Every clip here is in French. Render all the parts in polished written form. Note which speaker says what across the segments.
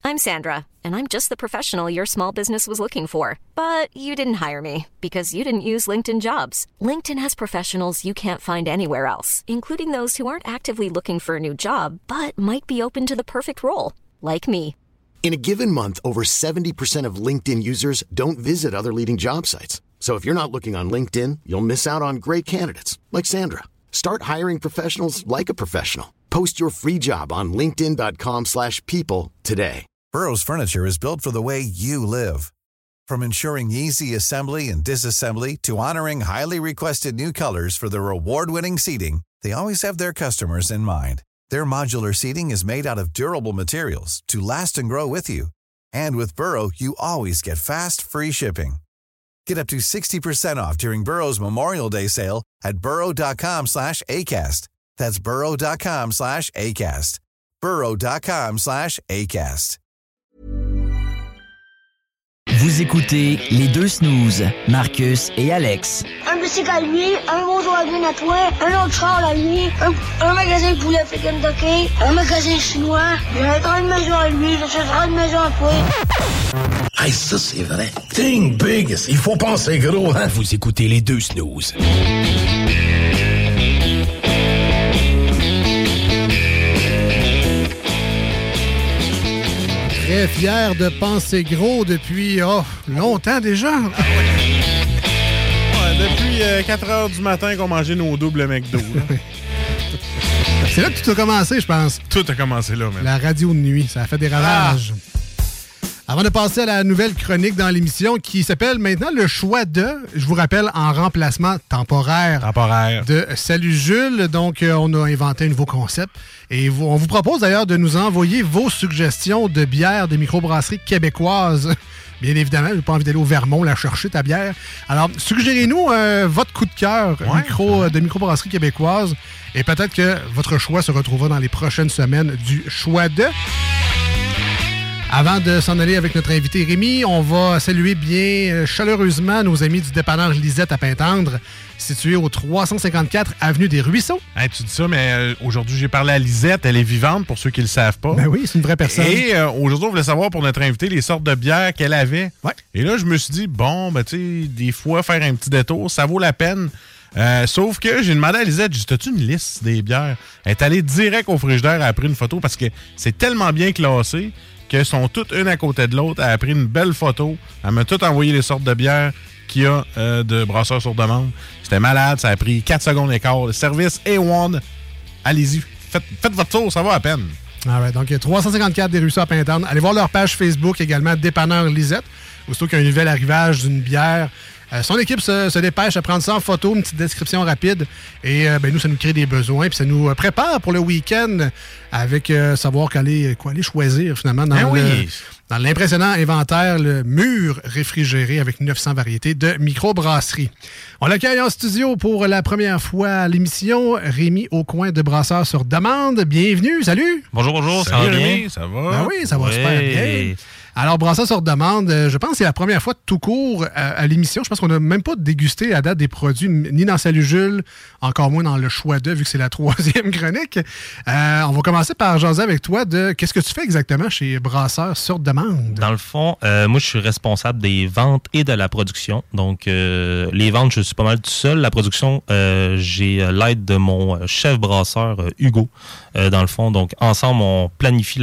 Speaker 1: I'm Sandra, and I'm just the professional your small business was looking for. But you didn't hire me because you didn't use LinkedIn Jobs. LinkedIn has professionals you can't find anywhere else, including those who aren't actively looking for a new job, but might be open to the perfect role, like me.
Speaker 2: In a given month, over 70% of LinkedIn users don't visit other leading job sites. So if you're not looking on LinkedIn, you'll miss out on great candidates like Sandra. Start hiring professionals like a professional. Post your free job on linkedin.com/people today.
Speaker 3: Burrow's furniture is built for the way you live. From ensuring easy assembly and disassembly to honoring highly requested new colors for their award-winning seating, they always have their customers in mind. Their modular seating is made out of durable materials to last and grow with you. And with Burrow, you always get fast, free shipping. Get up to 60% off during Burrow's Memorial Day sale at burrow.com/ACAST. That's burrow.com/ACAST. burrow.com/ACAST.
Speaker 4: Vous écoutez les deux snooze, Marcus et Alex.
Speaker 5: Un bicycle à lui, un bonjour à lui à toi, un autre char à lui, un magasin de poulet fait Kentucky, un magasin chinois, il y a une grande maison à lui, il y a une grande maison à toi.
Speaker 6: Hey, ça c'est vrai. Think big, il faut penser gros, hein?
Speaker 7: Vous écoutez les deux snooze.
Speaker 8: Très fier de penser gros depuis longtemps déjà.
Speaker 9: Depuis 4 heures du matin qu'on mangeait nos doubles McDo.
Speaker 8: C'est là que tout a commencé, je pense.
Speaker 9: Tout a commencé là, même.
Speaker 8: La radio de nuit, ça a fait des ravages. Avant de passer à la nouvelle chronique dans l'émission qui s'appelle maintenant Le choix de, je vous rappelle, en remplacement temporaire. De Salut Jules. Donc, on a inventé un nouveau concept. Et on vous propose d'ailleurs de nous envoyer vos suggestions de bières des microbrasseries québécoises. Bien évidemment, je n'ai pas envie d'aller au Vermont la chercher, ta bière. Alors, suggérez-nous votre coup de cœur de microbrasserie québécoise. Et peut-être que votre choix se retrouvera dans les prochaines semaines du choix de. Avant de s'en aller avec notre invité Rémi, on va saluer bien chaleureusement nos amis du dépanneur Lisette à Pintendre, situé au 354 Avenue des Ruisseaux.
Speaker 9: Hey, tu dis ça, mais aujourd'hui, j'ai parlé à Lisette. Elle est vivante, pour ceux qui ne le savent pas.
Speaker 8: Ben oui, c'est une vraie personne.
Speaker 9: Et aujourd'hui, on voulait savoir pour notre invité les sortes de bières qu'elle avait.
Speaker 8: Ouais.
Speaker 9: Et là, je me suis dit, bon, ben tu sais, des fois, faire un petit détour, ça vaut la peine. Sauf que j'ai demandé à Lisette, j'ai dit, as-tu une liste des bières? Elle est allée direct au frigidaire, elle a pris une photo parce que c'est tellement bien classé qu'elles sont toutes une à côté de l'autre. Elle a pris une belle photo. Elle m'a tout envoyé les sortes de bières qu'il y a de brasseurs sur demande. C'était malade. Ça a pris 4 secondes et quart. Le service A1. Allez-y. Faites votre tour. Ça va à peine.
Speaker 8: Ah ouais, donc 354 des Ruisseaux à Pintendre. Allez voir leur page Facebook également, Dépanneur Lisette. Aussitôt qu'il y a un nouvel arrivage d'une bière, son équipe se dépêche à prendre ça en photo, une petite description rapide. Et nous, ça nous crée des besoins. Puis ça nous prépare pour le week-end avec savoir quoi aller choisir finalement dans l'impressionnant inventaire, le mur réfrigéré avec 900 variétés de microbrasserie. On l'accueille en studio pour la première fois à l'émission, Rémi Aucoin de Brasseurs sur demande. Bienvenue, salut!
Speaker 10: Bonjour,
Speaker 9: Salut,
Speaker 10: ça va bien?
Speaker 9: Rémi, ça va?
Speaker 8: Ben oui, ça va super bien. Alors, Brasseurs sur demande, je pense que c'est la première fois tout court à l'émission. Je pense qu'on n'a même pas dégusté à date des produits, ni dans Salut Jules, encore moins dans le choix de, vu que c'est la 3e chronique. On va commencer par jaser avec toi de qu'est-ce que tu fais exactement chez Brasseurs sur demande?
Speaker 10: Dans le fond, moi, je suis responsable des ventes et de la production. Donc, les ventes, je suis pas mal tout seul. La production, j'ai l'aide de mon chef brasseur, Hugo. Dans le fond, donc, ensemble, on planifie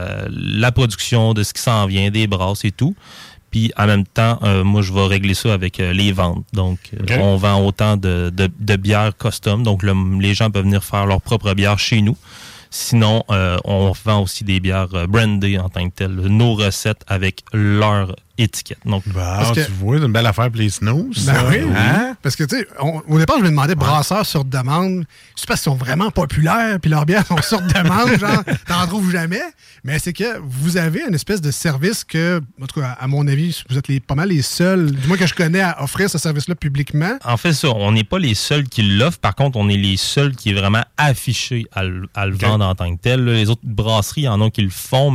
Speaker 10: la production de ce qui s'en vient, des brasses et tout. Puis, en même temps, moi, je vais régler ça avec les ventes. Donc, on vend autant de bières custom. Donc, les gens peuvent venir faire leur propre bière chez nous. Sinon, on vend aussi des bières brandées en tant que telles, nos recettes avec leur étiquette. Donc,
Speaker 9: tu vois, c'est une belle affaire pour les snooze.
Speaker 8: Ben oui, hein? Parce que, tu sais, au départ, je me demandais brasseurs sur demande. C'est parce qu'ils sont vraiment populaires, puis leurs bières sont sur demande, genre, t'en trouves jamais. Mais c'est que vous avez une espèce de service que, en tout cas, à mon avis, vous êtes pas mal les seuls, du moins que je connais, à offrir ce service-là publiquement.
Speaker 10: En fait, ça, on n'est pas les seuls qui l'offrent. Par contre, on est les seuls qui est vraiment affichés à le vendre en tant que tel. Là, les autres brasseries, en ont qui le font, mais c'est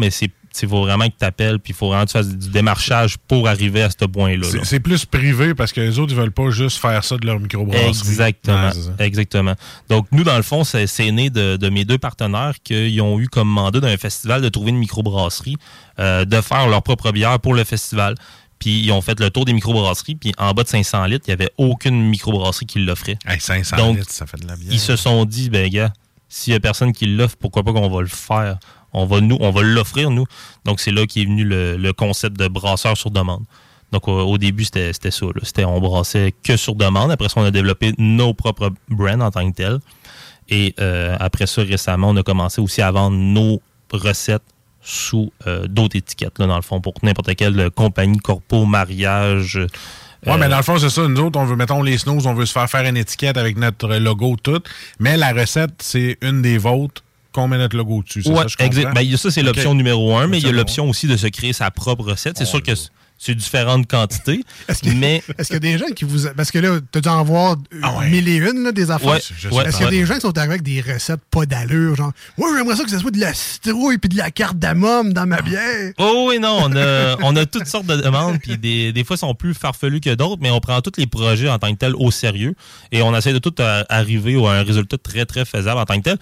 Speaker 10: il faut vraiment que tu t'appelles, puis il faut vraiment que tu fasses du démarchage pour arriver à ce point-là.
Speaker 9: C'est plus privé parce que les autres, ils veulent pas juste faire ça de leur microbrasserie.
Speaker 10: Exactement. Exactement. Donc, nous, dans le fond, c'est né de mes 2 partenaires qui ont eu comme mandat d'un festival de trouver une microbrasserie, de faire leur propre bière pour le festival. Puis ils ont fait le tour des microbrasseries, puis en bas de 500 litres, il n'y avait aucune microbrasserie qui l'offrait.
Speaker 9: Hey, 500
Speaker 10: Donc,
Speaker 9: litres, ça fait de la bière.
Speaker 10: Ils se sont dit, ben gars, s'il n'y a personne qui l'offre, pourquoi pas qu'on va le faire? On va l'offrir, nous. Donc, c'est là qu'est venu le concept de brasseur sur demande. Donc, au début, c'était ça. On brassait que sur demande. Après ça, on a développé nos propres brands en tant que tels. Et après ça, récemment, on a commencé aussi à vendre nos recettes sous d'autres étiquettes, là, dans le fond, pour n'importe quelle compagnie, corpo, mariage.
Speaker 9: Oui, mais dans le fond, c'est ça. Nous autres, on veut, mettons, les Snooze, on veut se faire une étiquette avec notre logo, tout. Mais la recette, c'est une des vôtres qu'on met notre logo dessus. C'est ça, je comprends?
Speaker 10: Ben, ça, c'est l'option numéro 1, mais il y a l'option aussi de se créer sa propre recette. C'est sûr que c'est différentes quantités. Est-ce qu'il
Speaker 8: y a des gens qui vous... Parce que là, tu as dû en voir 1001 là, des affaires. Est-ce qu'il y a des gens qui sont arrivés avec des recettes pas d'allure? Genre, moi, j'aimerais ça que ce soit de la citrouille puis de la cardamome dans ma bière.
Speaker 10: Oh oui, non. On a toutes sortes de demandes. Puis des fois, sont plus farfelus que d'autres, mais on prend tous les projets en tant que tels au sérieux. Et on essaie de tout arriver à un résultat très, très faisable en tant que tel.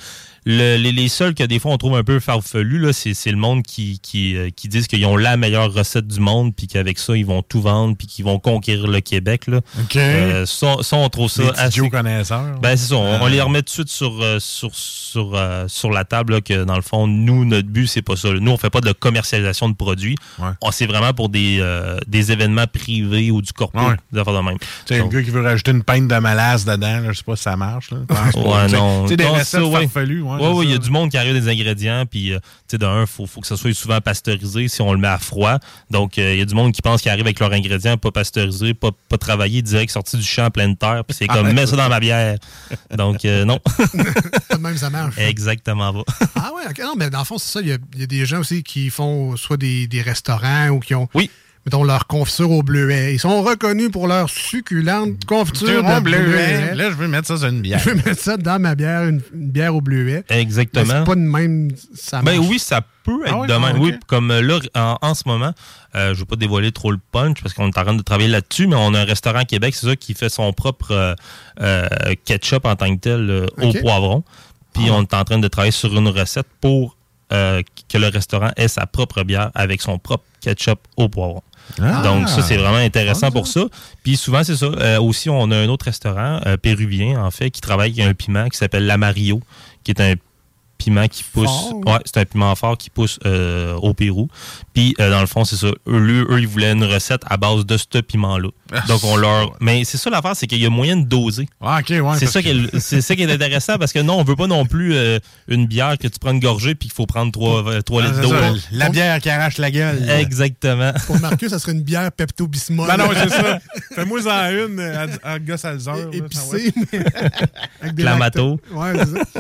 Speaker 10: Les seuls que des fois on trouve un peu farfelus, là, c'est le monde qui disent qu'ils ont la meilleure recette du monde, puis qu'avec ça, ils vont tout vendre, puis qu'ils vont conquérir le Québec. Là.
Speaker 9: OK.
Speaker 10: Ça, on trouve ça
Speaker 9: assez... connaisseurs.
Speaker 10: Ben, c'est ça. On les remet tout de suite sur la table, là, que dans le fond, nous, notre but, c'est pas ça. Nous, on fait pas de commercialisation de produits. Ouais. C'est vraiment pour des événements privés ou du corpo, des affaires de même.
Speaker 9: Tu sais, le gars qui veut rajouter une pinte de malasse dedans, là, je sais pas si ça marche. Là.
Speaker 10: Non.
Speaker 9: Tu sais, des recettes farfelues.
Speaker 10: Oui, il y a du monde qui arrive des ingrédients, puis d'un, faut que ça soit souvent pasteurisé si on le met à froid. Donc, il y a du monde qui pense qu'ils arrivent avec leurs ingrédients pas pasteurisés, pas travaillés, direct sortis du champ plein de terre, puis c'est comme, mets ça dans ma bière. Donc, non.
Speaker 8: Pas de même, ça marche.
Speaker 10: Exactement pas.
Speaker 8: Ah ouais, ok. Non, mais dans le fond, c'est ça. Il y a des gens aussi qui font soit des restaurants ou qui ont...
Speaker 10: Oui.
Speaker 8: Mettons, leur confiture au bleuet. Ils sont reconnus pour leur succulente confiture de bleuet.
Speaker 9: Là, je veux mettre ça sur une bière.
Speaker 8: Je veux mettre ça dans ma bière, une bière au bleuet.
Speaker 10: Exactement.
Speaker 8: Mais c'est pas de même, ça marche.
Speaker 10: Ben oui, ça peut être de même. Oui, comme là, en ce moment, je veux pas dévoiler trop le punch parce qu'on est en train de travailler là-dessus, mais on a un restaurant à Québec, c'est ça, qui fait son propre ketchup en tant que tel au poivron. Puis on est en train de travailler sur une recette pour que le restaurant ait sa propre bière avec son propre ketchup au poivron. Donc, ça, c'est vraiment intéressant pour ça. Puis souvent, c'est ça. Aussi, on a un autre restaurant péruvien, en fait, qui travaille avec un piment qui s'appelle l'Amarillo, qui est un piment qui pousse... Ouais, c'est un piment fort qui pousse au Pérou. Puis, dans le fond, c'est ça. Eux, ils voulaient une recette à base de ce piment-là. Donc, on leur... Mais c'est ça l'affaire, c'est qu'il y a moyen de doser.
Speaker 9: Ah, OK, ouais.
Speaker 10: C'est ça qui est intéressant, parce que non, on veut pas non plus une bière que tu prends une gorgée puis qu'il faut prendre 3 litres d'eau.
Speaker 9: La bière qui arrache la gueule.
Speaker 10: Exactement.
Speaker 8: Pour Marcus, ça serait une bière Pepto-Bismol.
Speaker 9: Ben non, c'est ça. Fais-moi-en une à gosse Alzheimer.
Speaker 8: Épicée, mais avec des
Speaker 10: Clamato.
Speaker 8: Ouais, c'est ça.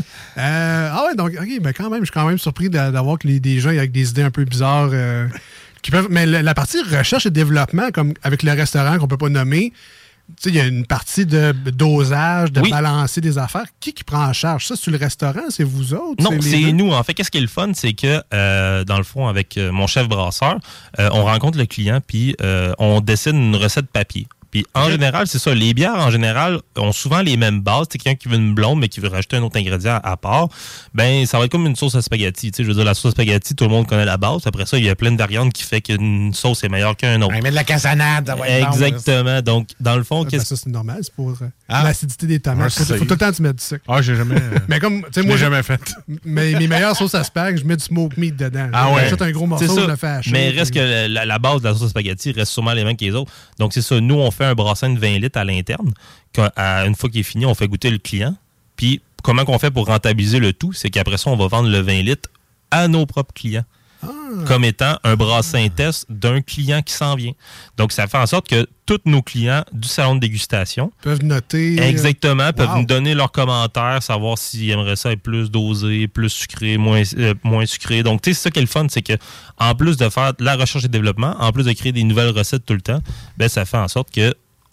Speaker 8: Ah ouais, donc, OK, ben quand même, je suis quand même surpris d'avoir que des gens avec des idées un peu bizarres qui peuvent... Mais la partie recherche et développement, comme avec le restaurant qu'on peut pas nommer, tu sais, il y a une partie de dosage, de balancer des affaires. Qui prend en charge ça? C'est le restaurant? C'est vous autres?
Speaker 10: Non, c'est nous. En fait, qu'est-ce qui est le fun? C'est que, dans le fond, avec mon chef brasseur, on rencontre le client puis on dessine une recette papier. Puis en général, c'est ça. Les bières, en général, ont souvent les mêmes bases. C'est quelqu'un qui veut une blonde, mais qui veut rajouter un autre ingrédient à part. Ben, ça va être comme une sauce à spaghetti. Tu sais, je veux dire, la sauce à spaghetti, tout le monde connaît la base. Après ça, il y a plein de variantes qui fait qu'une sauce est meilleure qu'un autre.
Speaker 9: Mais de la cassonade, ça va être
Speaker 10: exactement. Donc, dans le fond,
Speaker 8: ça, c'est normal. C'est pour l'acidité des tomates. Faut tout le temps que tu mettes du sucre.
Speaker 9: Ah, j'ai jamais...
Speaker 8: mais comme, tu sais, moi,
Speaker 9: jamais fait.
Speaker 8: Mais mes meilleures sauces à spag, je mets du smoke meat dedans.
Speaker 9: Ah ouais.
Speaker 8: J'achète un gros morceau, je le fais hacher.
Speaker 10: Mais reste que la base de la sauce à spaghetti reste sûrement les mêmes que les autres. Donc, c'est ça. Nous, on fait un brassin de 20 litres à l'interne. Une fois qu'il est fini, on fait goûter le client. Puis, comment qu'on fait pour rentabiliser le tout? C'est qu'après ça, on va vendre le 20 litres à nos propres clients. Comme étant un brassin test d'un client qui s'en vient. Donc, ça fait en sorte que tous nos clients du salon de dégustation
Speaker 8: peuvent noter.
Speaker 10: Exactement, peuvent nous donner leurs commentaires, savoir s'ils aimeraient ça être plus dosé, plus sucré, moins sucré. Donc, tu sais, c'est ça qui est le fun, c'est que en plus de faire de la recherche et développement, en plus de créer des nouvelles recettes tout le temps, ben ça fait en sorte que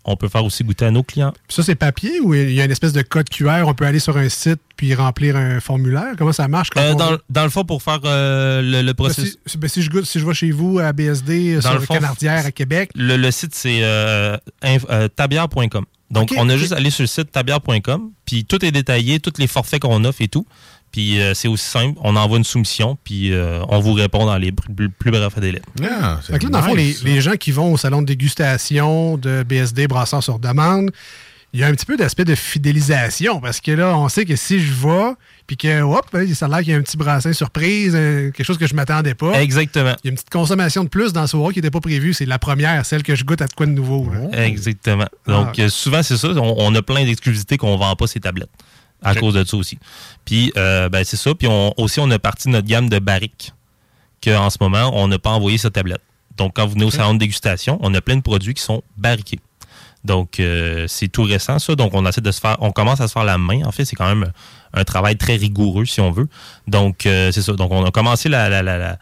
Speaker 10: on peut faire aussi goûter à nos clients.
Speaker 8: Puis ça, c'est papier ou il y a une espèce de code QR? On peut aller sur un site puis remplir un formulaire? Comment ça marche?
Speaker 10: Dans le fond, pour faire le processus...
Speaker 8: Si je vais chez vous à BSD, sur le Canardière à Québec...
Speaker 10: Le site, c'est tabière.com. Donc, on a juste à aller sur le site tabière.com, puis tout est détaillé, tous les forfaits qu'on offre et tout. Puis c'est aussi simple, on envoie une soumission, puis on vous répond dans les plus brefs délais.
Speaker 8: Fait que là, dans le fond, les gens qui vont au salon de dégustation de BSD Brasseurs sur demande, il y a un petit peu d'aspect de fidélisation, parce que là, on sait que si je vais, puis que, hop, ça a l'air qu'il y a un petit brassin surprise, quelque chose que je m'attendais pas.
Speaker 10: Exactement.
Speaker 8: Il y a une petite consommation de plus dans ce soir qui n'était pas prévue. C'est la première, celle que je goûte à de quoi de nouveau.
Speaker 10: Exactement. Donc, souvent, c'est ça. On a plein d'exclusivités qu'on ne vend pas ces tablettes. À cause de ça aussi. Puis, c'est ça. Puis, on a parti de notre gamme de barriques qu'en ce moment, on n'a pas envoyé sa tablette. Donc, quand vous venez au salon de dégustation, on a plein de produits qui sont barriqués. Donc, c'est tout récent, ça. Donc, on commence à se faire la main. En fait, c'est quand même un travail très rigoureux, si on veut. Donc, c'est ça. Donc, on a commencé la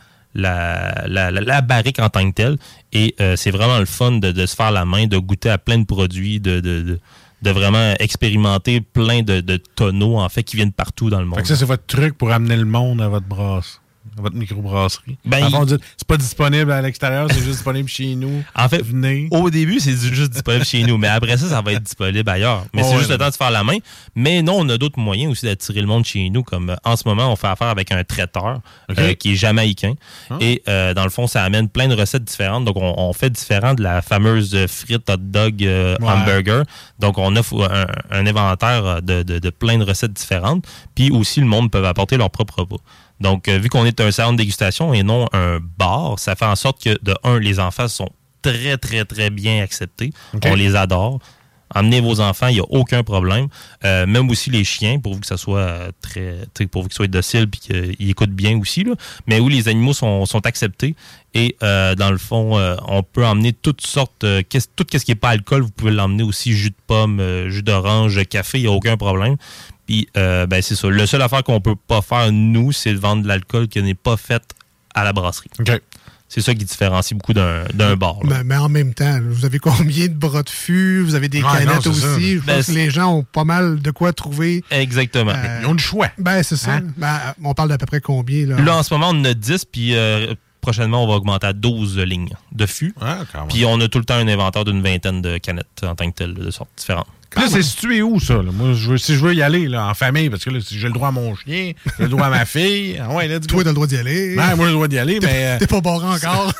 Speaker 10: barrique en tant que telle. Et c'est vraiment le fun de se faire la main, de goûter à plein de produits, de vraiment expérimenter plein de tonneaux, en fait, qui viennent partout dans le monde.
Speaker 9: Fait que ça, c'est votre truc pour amener le monde à votre brasse, à votre microbrasserie. C'est pas disponible à l'extérieur, c'est juste disponible chez nous.
Speaker 10: En fait,
Speaker 9: venez.
Speaker 10: Au début, c'est juste disponible chez nous, mais après ça va être disponible ailleurs. Mais c'est juste le temps de se faire la main. Mais non, on a d'autres moyens aussi d'attirer le monde chez nous, comme en ce moment, on fait affaire avec un traiteur qui est jamaïcain. Et dans le fond, ça amène plein de recettes différentes. Donc, on fait différent de la fameuse frite hot dog hamburger. Donc, on offre un inventaire de plein de recettes différentes. Puis aussi, le monde peut apporter leur propre repas. Donc, vu qu'on est un salon de dégustation et non un bar, ça fait en sorte que, de un, les enfants sont très, très, très bien acceptés. On les adore. Emmenez vos enfants, il n'y a aucun problème. Même aussi les chiens, pourvu que ça soit pourvu qu'ils soient dociles et qu'ils écoutent bien aussi. Là. Mais où les animaux sont acceptés. Et dans le fond, on peut emmener toutes sortes, tout ce qui n'est pas alcool, vous pouvez l'emmener aussi, jus de pomme, jus d'orange, café, il n'y a aucun problème. Puis, c'est ça. La seule affaire qu'on peut pas faire, nous, c'est de vendre de l'alcool qui n'est pas fait à la brasserie. C'est ça qui différencie beaucoup d'un bar.
Speaker 8: Mais en même temps, vous avez combien de bras de fût? Vous avez des canettes aussi. Je pense que les gens ont pas mal de quoi trouver.
Speaker 10: Exactement.
Speaker 9: Ils ont le choix.
Speaker 8: C'est ça. On parle d'à peu près combien?
Speaker 10: Là, en ce moment, on en a 10, puis prochainement, on va augmenter à 12 lignes de fût. Puis on a tout le temps un inventaire d'une vingtaine de canettes en tant que telles, de sortes différentes.
Speaker 9: Là, c'est situé où, ça? Là? Moi, si je veux y aller là, en famille, parce que là, si j'ai le droit à mon chien, j'ai le droit à ma fille.
Speaker 8: Toi, t'as le droit d'y aller.
Speaker 9: Moi, j'ai le droit d'y aller, mais...
Speaker 8: T'es pas barré encore.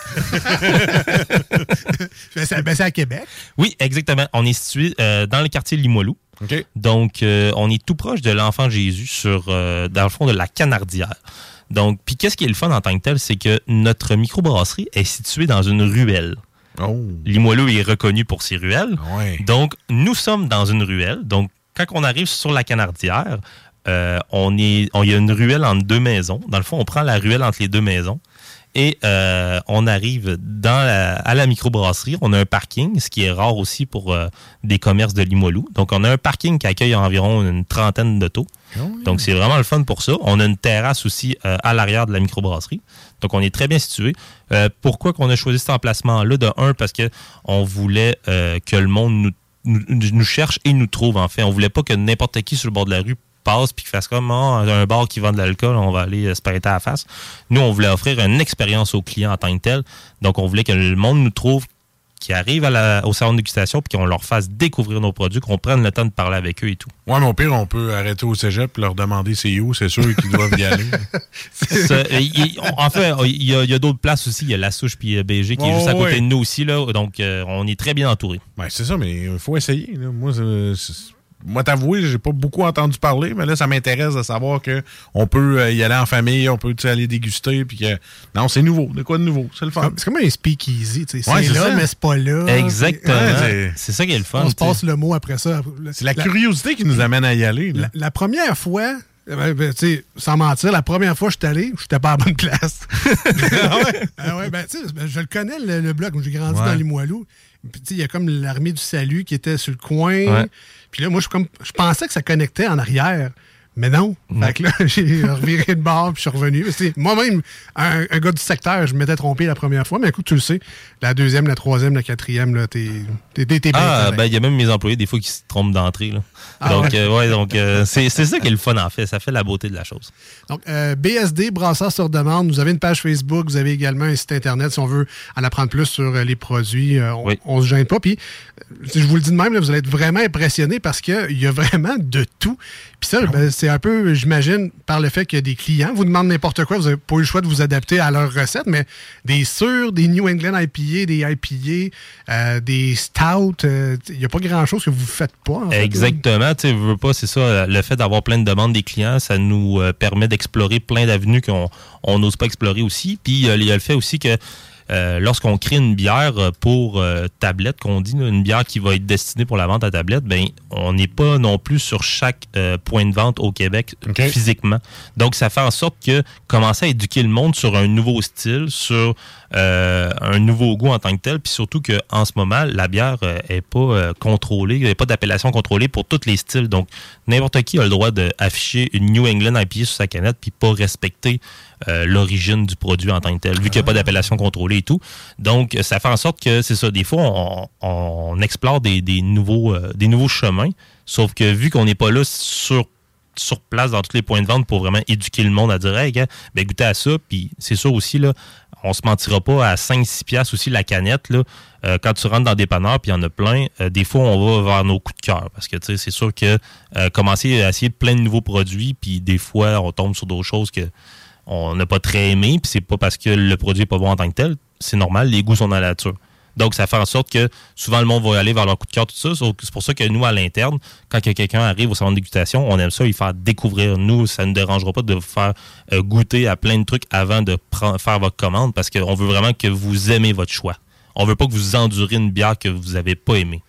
Speaker 8: C'est à Québec.
Speaker 10: Oui, exactement. On est situé dans le quartier Limoilou. Donc, on est tout proche de l'Enfant Jésus, dans le fond de la Canardière. Donc, puis qu'est-ce qui est le fun en tant que tel, c'est que notre microbrasserie est située dans une ruelle. Limoilou est reconnu pour ses ruelles. Donc, nous sommes dans une ruelle. Donc, quand on arrive sur la Canardière, il y a une ruelle entre deux maisons. Dans le fond, on prend la ruelle entre les deux maisons et on arrive à la microbrasserie. On a un parking, ce qui est rare aussi pour des commerces de Limoilou. Donc, on a un parking qui accueille environ une trentaine d'autos. Donc, c'est vraiment le fun pour ça. On a une terrasse aussi à l'arrière de la microbrasserie. Donc, on est très bien situé. Pourquoi qu'on a choisi cet emplacement-là? De un, parce qu'on voulait que le monde nous cherche et nous trouve, en fait. On voulait pas que n'importe qui sur le bord de la rue passe puis qu'il fasse comme un bar qui vend de l'alcool, on va aller se péter à la face. Nous, on voulait offrir une expérience aux clients en tant que tel. Donc, on voulait que le monde nous trouve, qui arrivent au salon de dégustation puis qu'on leur fasse découvrir nos produits, qu'on prenne le temps de parler avec eux et tout.
Speaker 9: Ouais, mais au pire, on peut arrêter au cégep et leur demander c'est où, c'est sûr qu'ils doivent y aller.
Speaker 10: En fait, il y a d'autres places aussi. Il y a La Souche puis BG qui est juste à côté de nous aussi. Là, donc, on est très bien entourés.
Speaker 9: C'est ça, mais il faut essayer. Là. Moi, t'avouer, j'ai pas beaucoup entendu parler, mais là, ça m'intéresse de savoir qu'on peut y aller en famille, on peut aller déguster, puis que... Non, c'est nouveau. De quoi de nouveau? C'est le fun.
Speaker 8: C'est comme un speakeasy, tu sais. C'est là, mais c'est pas là.
Speaker 10: Exactement. C'est ça qui est le fun.
Speaker 8: On se passe le mot après ça.
Speaker 9: C'est la curiosité qui nous amène à y aller.
Speaker 8: La première fois... sans mentir, la première fois que je suis allé, je n'étais pas à la bonne place. Je le connais, le bloc. J'ai grandi dans Limoilou. Il y a comme l'Armée du Salut qui était sur le coin. Puis là, moi, je pensais que ça connectait en arrière. Mais non. Fait que là, j'ai reviré de bord, puis je suis revenu. Moi-même, un gars du secteur, je m'étais trompé la première fois, mais écoute, tu le sais, la deuxième, la troisième, la quatrième, là, t'es bien.
Speaker 10: Ah, ben, il y a même mes employés, des fois, qui se trompent d'entrée, là. Donc, c'est ça qui est le fun, en fait. Ça fait la beauté de la chose.
Speaker 8: Donc, BSD, Brasseur sur demande. Vous avez une page Facebook, vous avez également un site Internet. Si on veut en apprendre plus sur les produits, on se gêne pas. Puis, je vous le dis de même, là, vous allez être vraiment impressionné parce qu'il y a vraiment de tout. Puis ça, c'est un peu, j'imagine, par le fait qu'il y a des clients vous demandent n'importe quoi, vous n'avez pas eu le choix de vous adapter à leurs recettes, mais des sûrs, des New England IPA, des IPA, des Stout, il n'y a pas grand-chose que vous ne faites pas. En fait.
Speaker 10: Exactement. Tu veux pas, c'est ça, le fait d'avoir plein de demandes des clients, ça nous permet d'explorer plein d'avenues qu'on n'ose pas explorer aussi. Puis il y a le fait aussi que lorsqu'on crée une bière pour tablette, qu'on dit, une bière qui va être destinée pour la vente à tablette, ben on n'est pas non plus sur chaque point de vente au Québec physiquement. Donc, ça fait en sorte que commencer à éduquer le monde sur un nouveau style, sur un nouveau goût en tant que tel, puis surtout qu'en ce moment, la bière n'est pas contrôlée, il n'y a pas d'appellation contrôlée pour tous les styles. Donc, n'importe qui a le droit d'afficher une New England IPA sur sa canette puis pas respecter l'origine du produit en tant que tel, vu qu'il n'y a pas d'appellation contrôlée et tout. Donc, ça fait en sorte que, c'est ça, des fois, on explore des nouveaux chemins, sauf que vu qu'on n'est pas là sur place dans tous les points de vente pour vraiment éduquer le monde à dire « Hey, ben, goûtez à ça », puis c'est sûr aussi, là, on se mentira pas, à 5-6 piastres aussi la canette, là, quand tu rentres dans des dépanneurs, puis il y en a plein, des fois, on va vers nos coups de cœur. Parce que, tu sais, c'est sûr que commencer à essayer plein de nouveaux produits, puis des fois, on tombe sur d'autres choses que on n'a pas très aimé, puis c'est pas parce que le produit n'est pas bon en tant que tel, c'est normal, les goûts sont dans la nature. Donc, ça fait en sorte que souvent, le monde va aller vers leur coup de cœur, tout ça. C'est pour ça que nous, à l'interne, quand quelqu'un arrive au salon de dégustation, on aime ça, il faire découvrir. Nous, ça ne nous dérangera pas de vous faire goûter à plein de trucs avant de faire votre commande, parce qu'on veut vraiment que vous aimez votre choix. On veut pas que vous endurez une bière que vous n'avez pas aimée.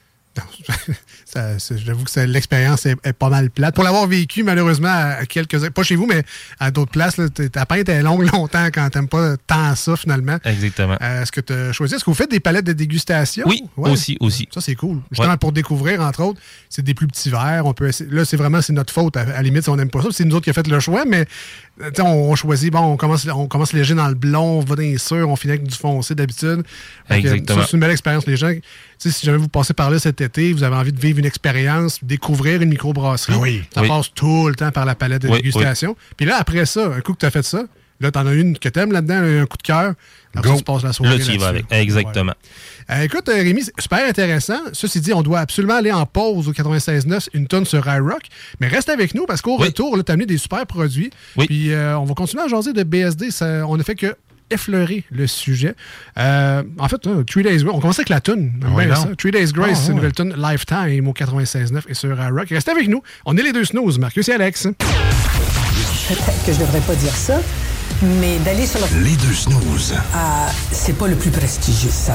Speaker 8: J'avoue que l'expérience est pas mal plate. Pour l'avoir vécu, malheureusement, à pas chez vous, mais à d'autres places, là, ta pinte est longue longtemps quand t'aimes pas tant ça, finalement.
Speaker 10: Exactement.
Speaker 8: Est-ce que tu as choisi? Est-ce que vous faites des palettes de dégustation?
Speaker 10: Oui, ouais. aussi.
Speaker 8: Ça, c'est cool. Justement, pour découvrir, entre autres, c'est des plus petits verres. On peut essayer. Là, c'est notre faute. À la limite, si on n'aime pas ça, c'est nous autres qui avons fait le choix, mais on choisit, on commence léger dans le blond, on va dans les sûrs, on finit avec du foncé d'habitude.
Speaker 10: Exactement.
Speaker 8: Ça, c'est une belle expérience. Les gens, si jamais vous passez par là cet été, vous avez envie de vivre une expérience, découvrir une microbrasserie, ça passe tout le temps par la palette de dégustation. Puis là, après ça, un coup que tu as fait ça, là, tu en as une que tu aimes là-dedans, un coup de cœur. Après, tu passes la soirée.
Speaker 10: Là, tu y vas avec. Exactement.
Speaker 8: Ouais. Écoute, Rémi, c'est super intéressant. Ceci dit, on doit absolument aller en pause au 96.9, une tonne sur iRock. Mais reste avec nous parce qu'au retour, tu as amené des super produits. Oui. Puis on va continuer à jaser de BSD. On ne fait que effleurer le sujet. En fait, 3 Days Grace, on commence avec la toune. 3 Days Grace, c'est une nouvelle tune Lifetime au 96.9 et sur iRock. Restez avec nous. On est les deux snooze, Marcus et Alex.
Speaker 7: Peut-être que je devrais pas dire ça, mais d'aller sur
Speaker 6: Les deux snooze.
Speaker 7: C'est pas le plus prestigieux. Ça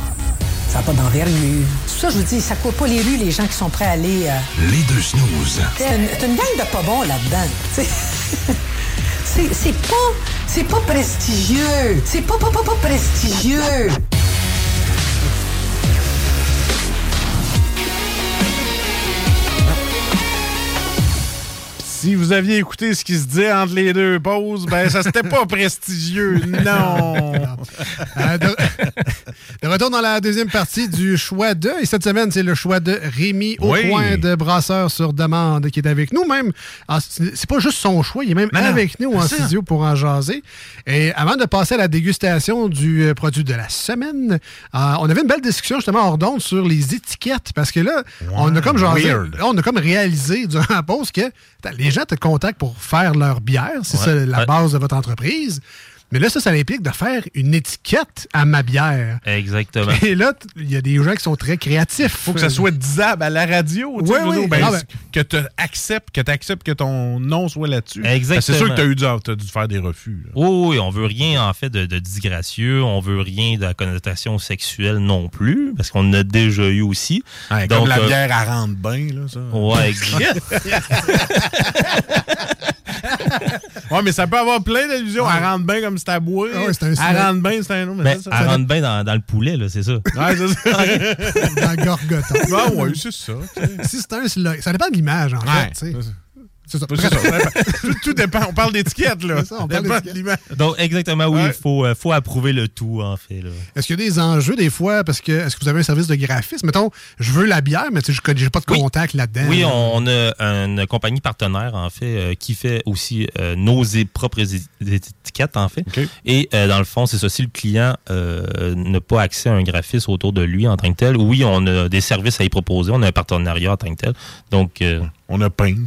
Speaker 7: n'a pas d'envergure. Tout ça, je vous dis, ça court pas les rues, les gens qui sont prêts à aller...
Speaker 6: Les deux snooze.
Speaker 7: C'est une gang de pas bons là-dedans. C'est pas prestigieux. C'est pas prestigieux.
Speaker 9: Si vous aviez écouté ce qui se dit entre les deux pauses, ben ça c'était pas prestigieux, non.
Speaker 8: De retour dans la deuxième partie du choix de, et cette semaine c'est le choix de Rémi au coin de Brasseur sur demande qui est avec nous même. C'est pas juste son choix, il est même avec nous en studio pour en jaser. Et avant de passer à la dégustation du produit de la semaine, on avait une belle discussion justement hors d'onde sur les étiquettes parce que là, on a comme jasé, on a comme réalisé durant la pause que les gens te contactent pour faire leur bière, c'est ça la base de votre entreprise. Mais là, ça implique de faire une étiquette à ma bière.
Speaker 10: Exactement.
Speaker 8: Et là, il y a des gens qui sont très créatifs. Il
Speaker 9: faut que ça soit disable à la radio. Que tu acceptes que ton nom soit là-dessus.
Speaker 10: Exactement.
Speaker 9: C'est sûr que tu as dû faire des refus.
Speaker 10: Oui, on veut rien, en fait, de disgracieux. On veut rien de la connotation sexuelle non plus, parce qu'on en a déjà eu aussi.
Speaker 9: Ouais, donc, comme la bière, elle rentre bien, là, ça.
Speaker 10: Ouais, exact.
Speaker 9: Ouais, mais ça peut avoir plein d'allusions. Elle rentre bien comme c'est à boire. Elle rentre bien, c'est un autre.
Speaker 10: Elle rentre bien dans le poulet, là, c'est ça.
Speaker 9: Ouais, c'est ça.
Speaker 8: Dans Gorgoton.
Speaker 9: Ah, ouais, c'est ça.
Speaker 8: Si c'est un slogan, ça dépend de l'image, en fait. C'est ça.
Speaker 9: Tout dépend. On parle d'étiquette, là.
Speaker 8: C'est ça, on parle d'étiquette.
Speaker 10: Donc, exactement, oui. Il faut approuver le tout, en fait. Là.
Speaker 8: Est-ce qu'il y a des enjeux, des fois, parce que est-ce que vous avez un service de graphisme? Mettons, je veux la bière, mais je n'ai pas de contact là-dedans.
Speaker 10: Oui, on a une compagnie partenaire, en fait, qui fait aussi nos propres étiquettes, en fait.
Speaker 9: Okay.
Speaker 10: Et dans le fond, c'est ça. Si le client n'a pas accès à un graphiste autour de lui en tant que tel, oui, on a des services à y proposer. On a un partenariat en tant que tel. Donc,
Speaker 9: on a Paint.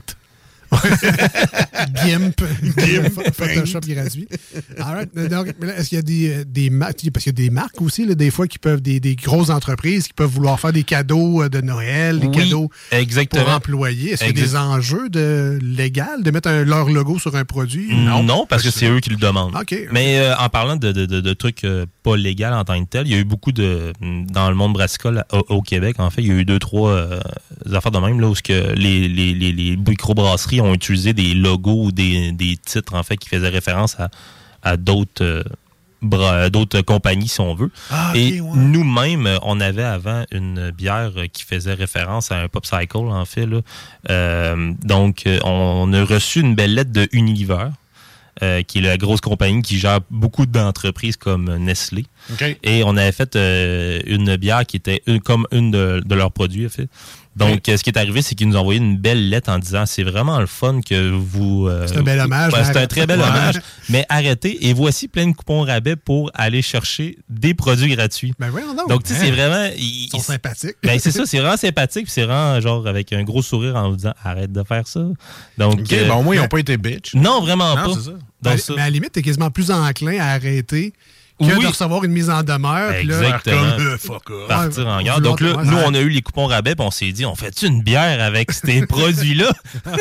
Speaker 8: GIMP. Photoshop gratuit. Right. Donc, est-ce qu'il y a des marques? Parce qu'il y a des marques aussi, là, des fois, qui peuvent, des grosses entreprises qui peuvent vouloir faire des cadeaux de Noël, des cadeaux pour employés. Est-ce qu'il y a des enjeux légaux de mettre leur logo sur un produit?
Speaker 10: Non, parce que c'est eux qui le demandent.
Speaker 8: Okay.
Speaker 10: Mais en parlant de trucs pas légaux en tant que tel, il y a eu beaucoup dans le monde brassicole au Québec, en fait, il y a eu 2-3 affaires de même, là, où les microbrasseries ont utilisé des logos ou des titres, en fait, qui faisaient référence à d'autres compagnies, si on veut. Et nous-mêmes, on avait avant une bière qui faisait référence à un Popsicle, en fait. Là. Donc, on a reçu une belle lettre de Unilever, qui est la grosse compagnie qui gère beaucoup d'entreprises comme Nestlé.
Speaker 9: Okay.
Speaker 10: Et on avait fait une bière qui était comme une de leurs produits, en fait. Donc, ce qui est arrivé, c'est qu'ils nous ont envoyé une belle lettre en disant « C'est vraiment le fun que vous...
Speaker 8: c'est un bel hommage.
Speaker 10: C'est un très bel hommage. Mais arrêtez, et voici plein de coupons rabais pour aller chercher des produits gratuits. »
Speaker 8: Ben oui, non.
Speaker 10: Donc, tu sais, c'est vraiment...
Speaker 8: Ils sont sympathiques.
Speaker 10: Ben, c'est ça, c'est vraiment sympathique. Puis c'est vraiment, genre, avec un gros sourire en vous disant « Arrête de faire ça. » Donc,
Speaker 9: au moins, ils n'ont pas été bitch.
Speaker 10: Non, vraiment pas.
Speaker 9: C'est ça.
Speaker 10: Donc,
Speaker 8: mais à la limite, t'es quasiment plus enclin à arrêter que de recevoir une mise en demeure.
Speaker 10: Exactement.
Speaker 8: Puis là, fuck off.
Speaker 10: Partir en garde. Donc là, nous, on a eu les coupons rabais, puis on s'est dit, on fait-tu une bière avec ces produits-là?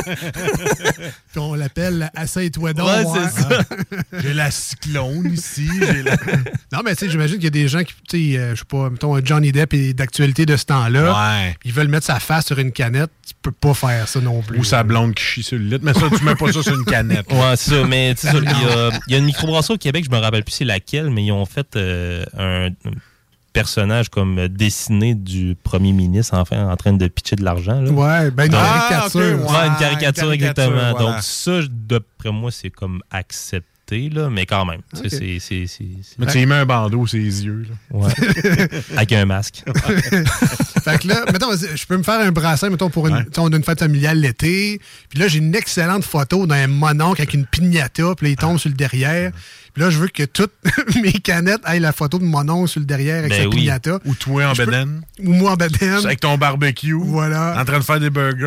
Speaker 8: Puis on l'appelle Essaye-toi donc.
Speaker 10: Ouais, c'est ça.
Speaker 9: J'ai la Cyclone ici.
Speaker 8: Non, mais tu sais, j'imagine qu'il y a des gens qui, tu sais, je sais pas, mettons, Johnny Depp est d'actualité de ce temps-là.
Speaker 9: Ouais.
Speaker 8: Ils veulent mettre sa face sur une canette. Tu peux pas faire ça non plus.
Speaker 9: Ou sa blonde qui chie sur le lit. Mais ça, tu mets pas ça sur une canette.
Speaker 10: Ouais, c'est ça. Mais tu sais, il y a une microbrasserie au Québec, je me rappelle plus c'est laquelle, mais ils ont fait un personnage comme dessiné du premier ministre, enfin, en train de pitcher de l'argent. Là.
Speaker 8: Ouais, ben une caricature.
Speaker 10: Okay, ouais, une caricature, exactement.
Speaker 9: Voilà.
Speaker 10: Donc ça, d'après moi, c'est comme accepté, là, mais quand même.
Speaker 8: Okay.
Speaker 9: Mais tu y mets un bandeau sur les yeux. Là.
Speaker 10: Ouais. Avec un masque.
Speaker 8: Fait que là, mettons, je peux me faire un brassin, mettons, pour on a une fête familiale l'été. Puis là, j'ai une excellente photo d'un mononcle avec une piñata, puis là, il tombe sur le derrière. Puis là, je veux que toutes mes canettes aient la photo de mon oncle sur le derrière avec sa piñata.
Speaker 9: Ou toi en bedaine.
Speaker 8: Ou moi en bedaine.
Speaker 9: Avec ton barbecue.
Speaker 8: Voilà.
Speaker 9: En train de faire des burgers.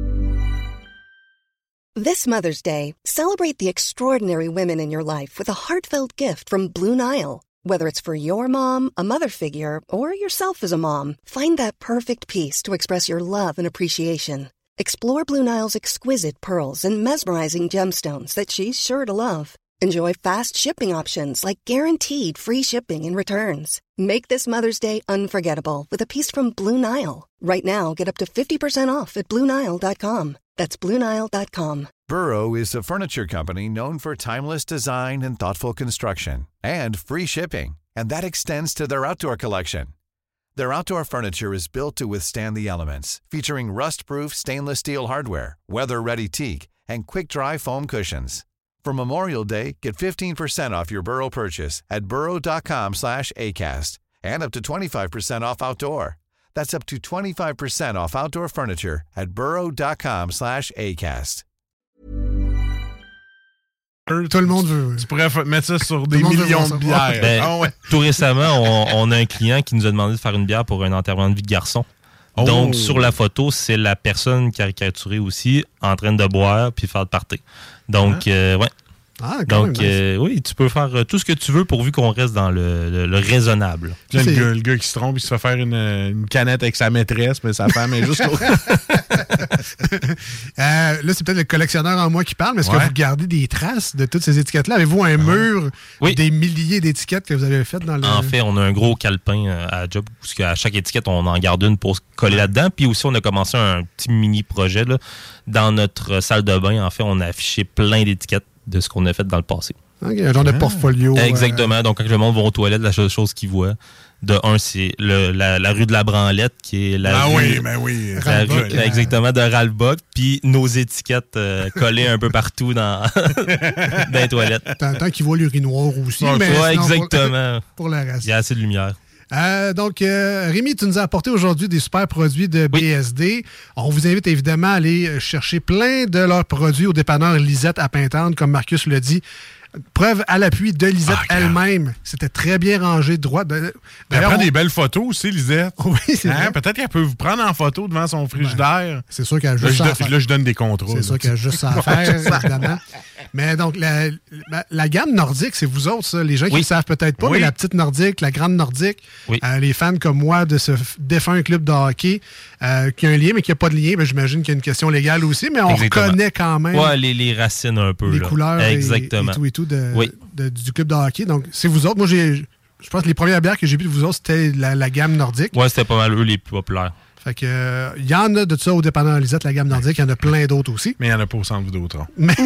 Speaker 11: This Mother's Day, celebrate the extraordinary women in your life with a heartfelt gift from Blue Nile. Whether it's for your mom, a mother figure, or yourself as a mom, find that perfect piece to express your love and appreciation. Explore Blue Nile's exquisite pearls and mesmerizing gemstones that she's sure to love. Enjoy fast shipping options like guaranteed free shipping and returns. Make this Mother's Day unforgettable with a piece from Blue Nile. Right now, get up to 50% off at BlueNile.com. That's BlueNile.com.
Speaker 12: Burrow is a furniture company known for timeless design and thoughtful construction, and free shipping, and that extends to their outdoor collection. Their outdoor furniture is built to withstand the elements, featuring rust-proof stainless steel hardware, weather-ready teak, and quick-dry foam cushions. For Memorial Day, get 15% off your Burrow purchase at burrow.com/ACAST and up to 25% off outdoor. That's up to 25% off outdoor furniture at burrow.com/ACAST.
Speaker 8: Tout le monde veut.
Speaker 9: Tu pourrais mettre ça sur des millions de bières.
Speaker 10: Ben, tout récemment, on a un client qui nous a demandé de faire une bière pour un enterrement de vie de garçon.
Speaker 9: Oh.
Speaker 10: Donc, sur la photo, c'est la personne caricaturée aussi en train de boire puis faire de party. Donc, ouais. Donc, oui, tu peux faire tout ce que tu veux pourvu qu'on reste dans le raisonnable.
Speaker 9: Le gars qui se trompe, il se fait faire une canette avec sa maîtresse, mais sa femme est juste là,
Speaker 8: c'est peut-être le collectionneur en moi qui parle, mais est-ce que vous gardez des traces de toutes ces étiquettes-là? Avez-vous un mur des milliers d'étiquettes que vous avez faites dans le...
Speaker 10: En fait, on a un gros calepin à job, parce qu'à chaque étiquette, on en garde une pour se coller là-dedans. Puis aussi, on a commencé un petit mini-projet là. Dans notre salle de bain. En fait, on a affiché plein d'étiquettes de ce qu'on a fait dans le passé.
Speaker 8: Okay, un genre de portfolio.
Speaker 10: Exactement. Donc, quand le monde va aux toilettes, la chose qu'ils voient. De un, c'est la rue de la Branlette, qui est la rue... La rue, exactement, de Ralbock. Puis nos étiquettes collées un peu partout dans les toilettes.
Speaker 8: Tant qu'il voit l'urinoir aussi.
Speaker 10: Oui, exactement.
Speaker 8: Pour le reste.
Speaker 10: Il y a assez de lumière.
Speaker 8: Donc, Rémi, tu nous as apporté aujourd'hui des super produits de BSD. On vous invite évidemment à aller chercher plein de leurs produits au dépanneur Lisette à Pintendre, comme Marcus l'a dit. Preuve à l'appui de Lisette elle-même. C'était très bien rangé, droit.
Speaker 9: Elle prend des belles photos aussi, Lisette.
Speaker 8: Oui, c'est vrai.
Speaker 9: Peut-être qu'elle peut vous prendre en photo devant son frigidaire.
Speaker 8: C'est sûr qu'elle a juste ça à faire.
Speaker 9: Là, je donne des contrôles.
Speaker 8: C'est sûr qu'elle a juste ça à faire, évidemment. Mais donc, la gamme nordique, c'est vous autres, ça. Les gens qui ne le savent peut-être pas, mais la petite nordique, la grande nordique, les fans comme moi de ce défunt club de hockey qui a un lien, mais qui n'a pas de lien, j'imagine qu'il y a une question légale aussi, mais on reconnaît quand même
Speaker 10: les racines un peu.
Speaker 8: Les couleurs
Speaker 10: exactement.
Speaker 8: Et tout du club de hockey. Donc, c'est vous autres. Moi, je pense que les premières bières que j'ai bu de vous autres, c'était la gamme nordique.
Speaker 10: Oui, c'était pas mal eux les plus populaires.
Speaker 8: Fait que, il y en a de ça au dépanneur Lisette, la gamme nordique. Il y en a plein d'autres aussi.
Speaker 9: Mais il n'y en a pas au centre Vidéotron.
Speaker 8: Mais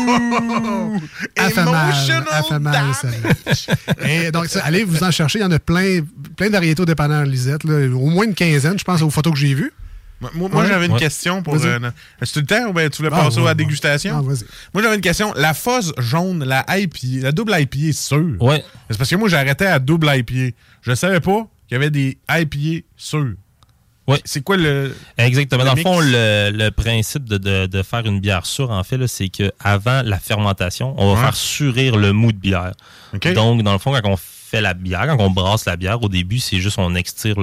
Speaker 8: elle fait mal, celle-là. Et donc, allez vous en chercher. Il y en a plein de variétés au dépanneur Lisette. Là. Au moins une quinzaine, je pense, aux photos que j'ai vues.
Speaker 9: Moi j'avais une question pour... Est-ce que le temps ou bien tu voulais passer à la dégustation?
Speaker 8: Vas-y.
Speaker 9: Moi, j'avais une question. La fuzz jaune, la double IPA sûre.
Speaker 10: Oui.
Speaker 9: C'est parce que moi, j'arrêtais à double IPA. Je savais pas qu'il y avait des IPA sûrs.
Speaker 10: Oui.
Speaker 9: C'est quoi le...
Speaker 10: Exactement. Dans le fond, le principe de faire une bière sûre, en fait, là, c'est qu'avant la fermentation, on va faire surir le mou de bière.
Speaker 9: Okay.
Speaker 10: Donc, dans le fond, quand on fait la bière, quand on brasse la bière, au début, c'est juste on extire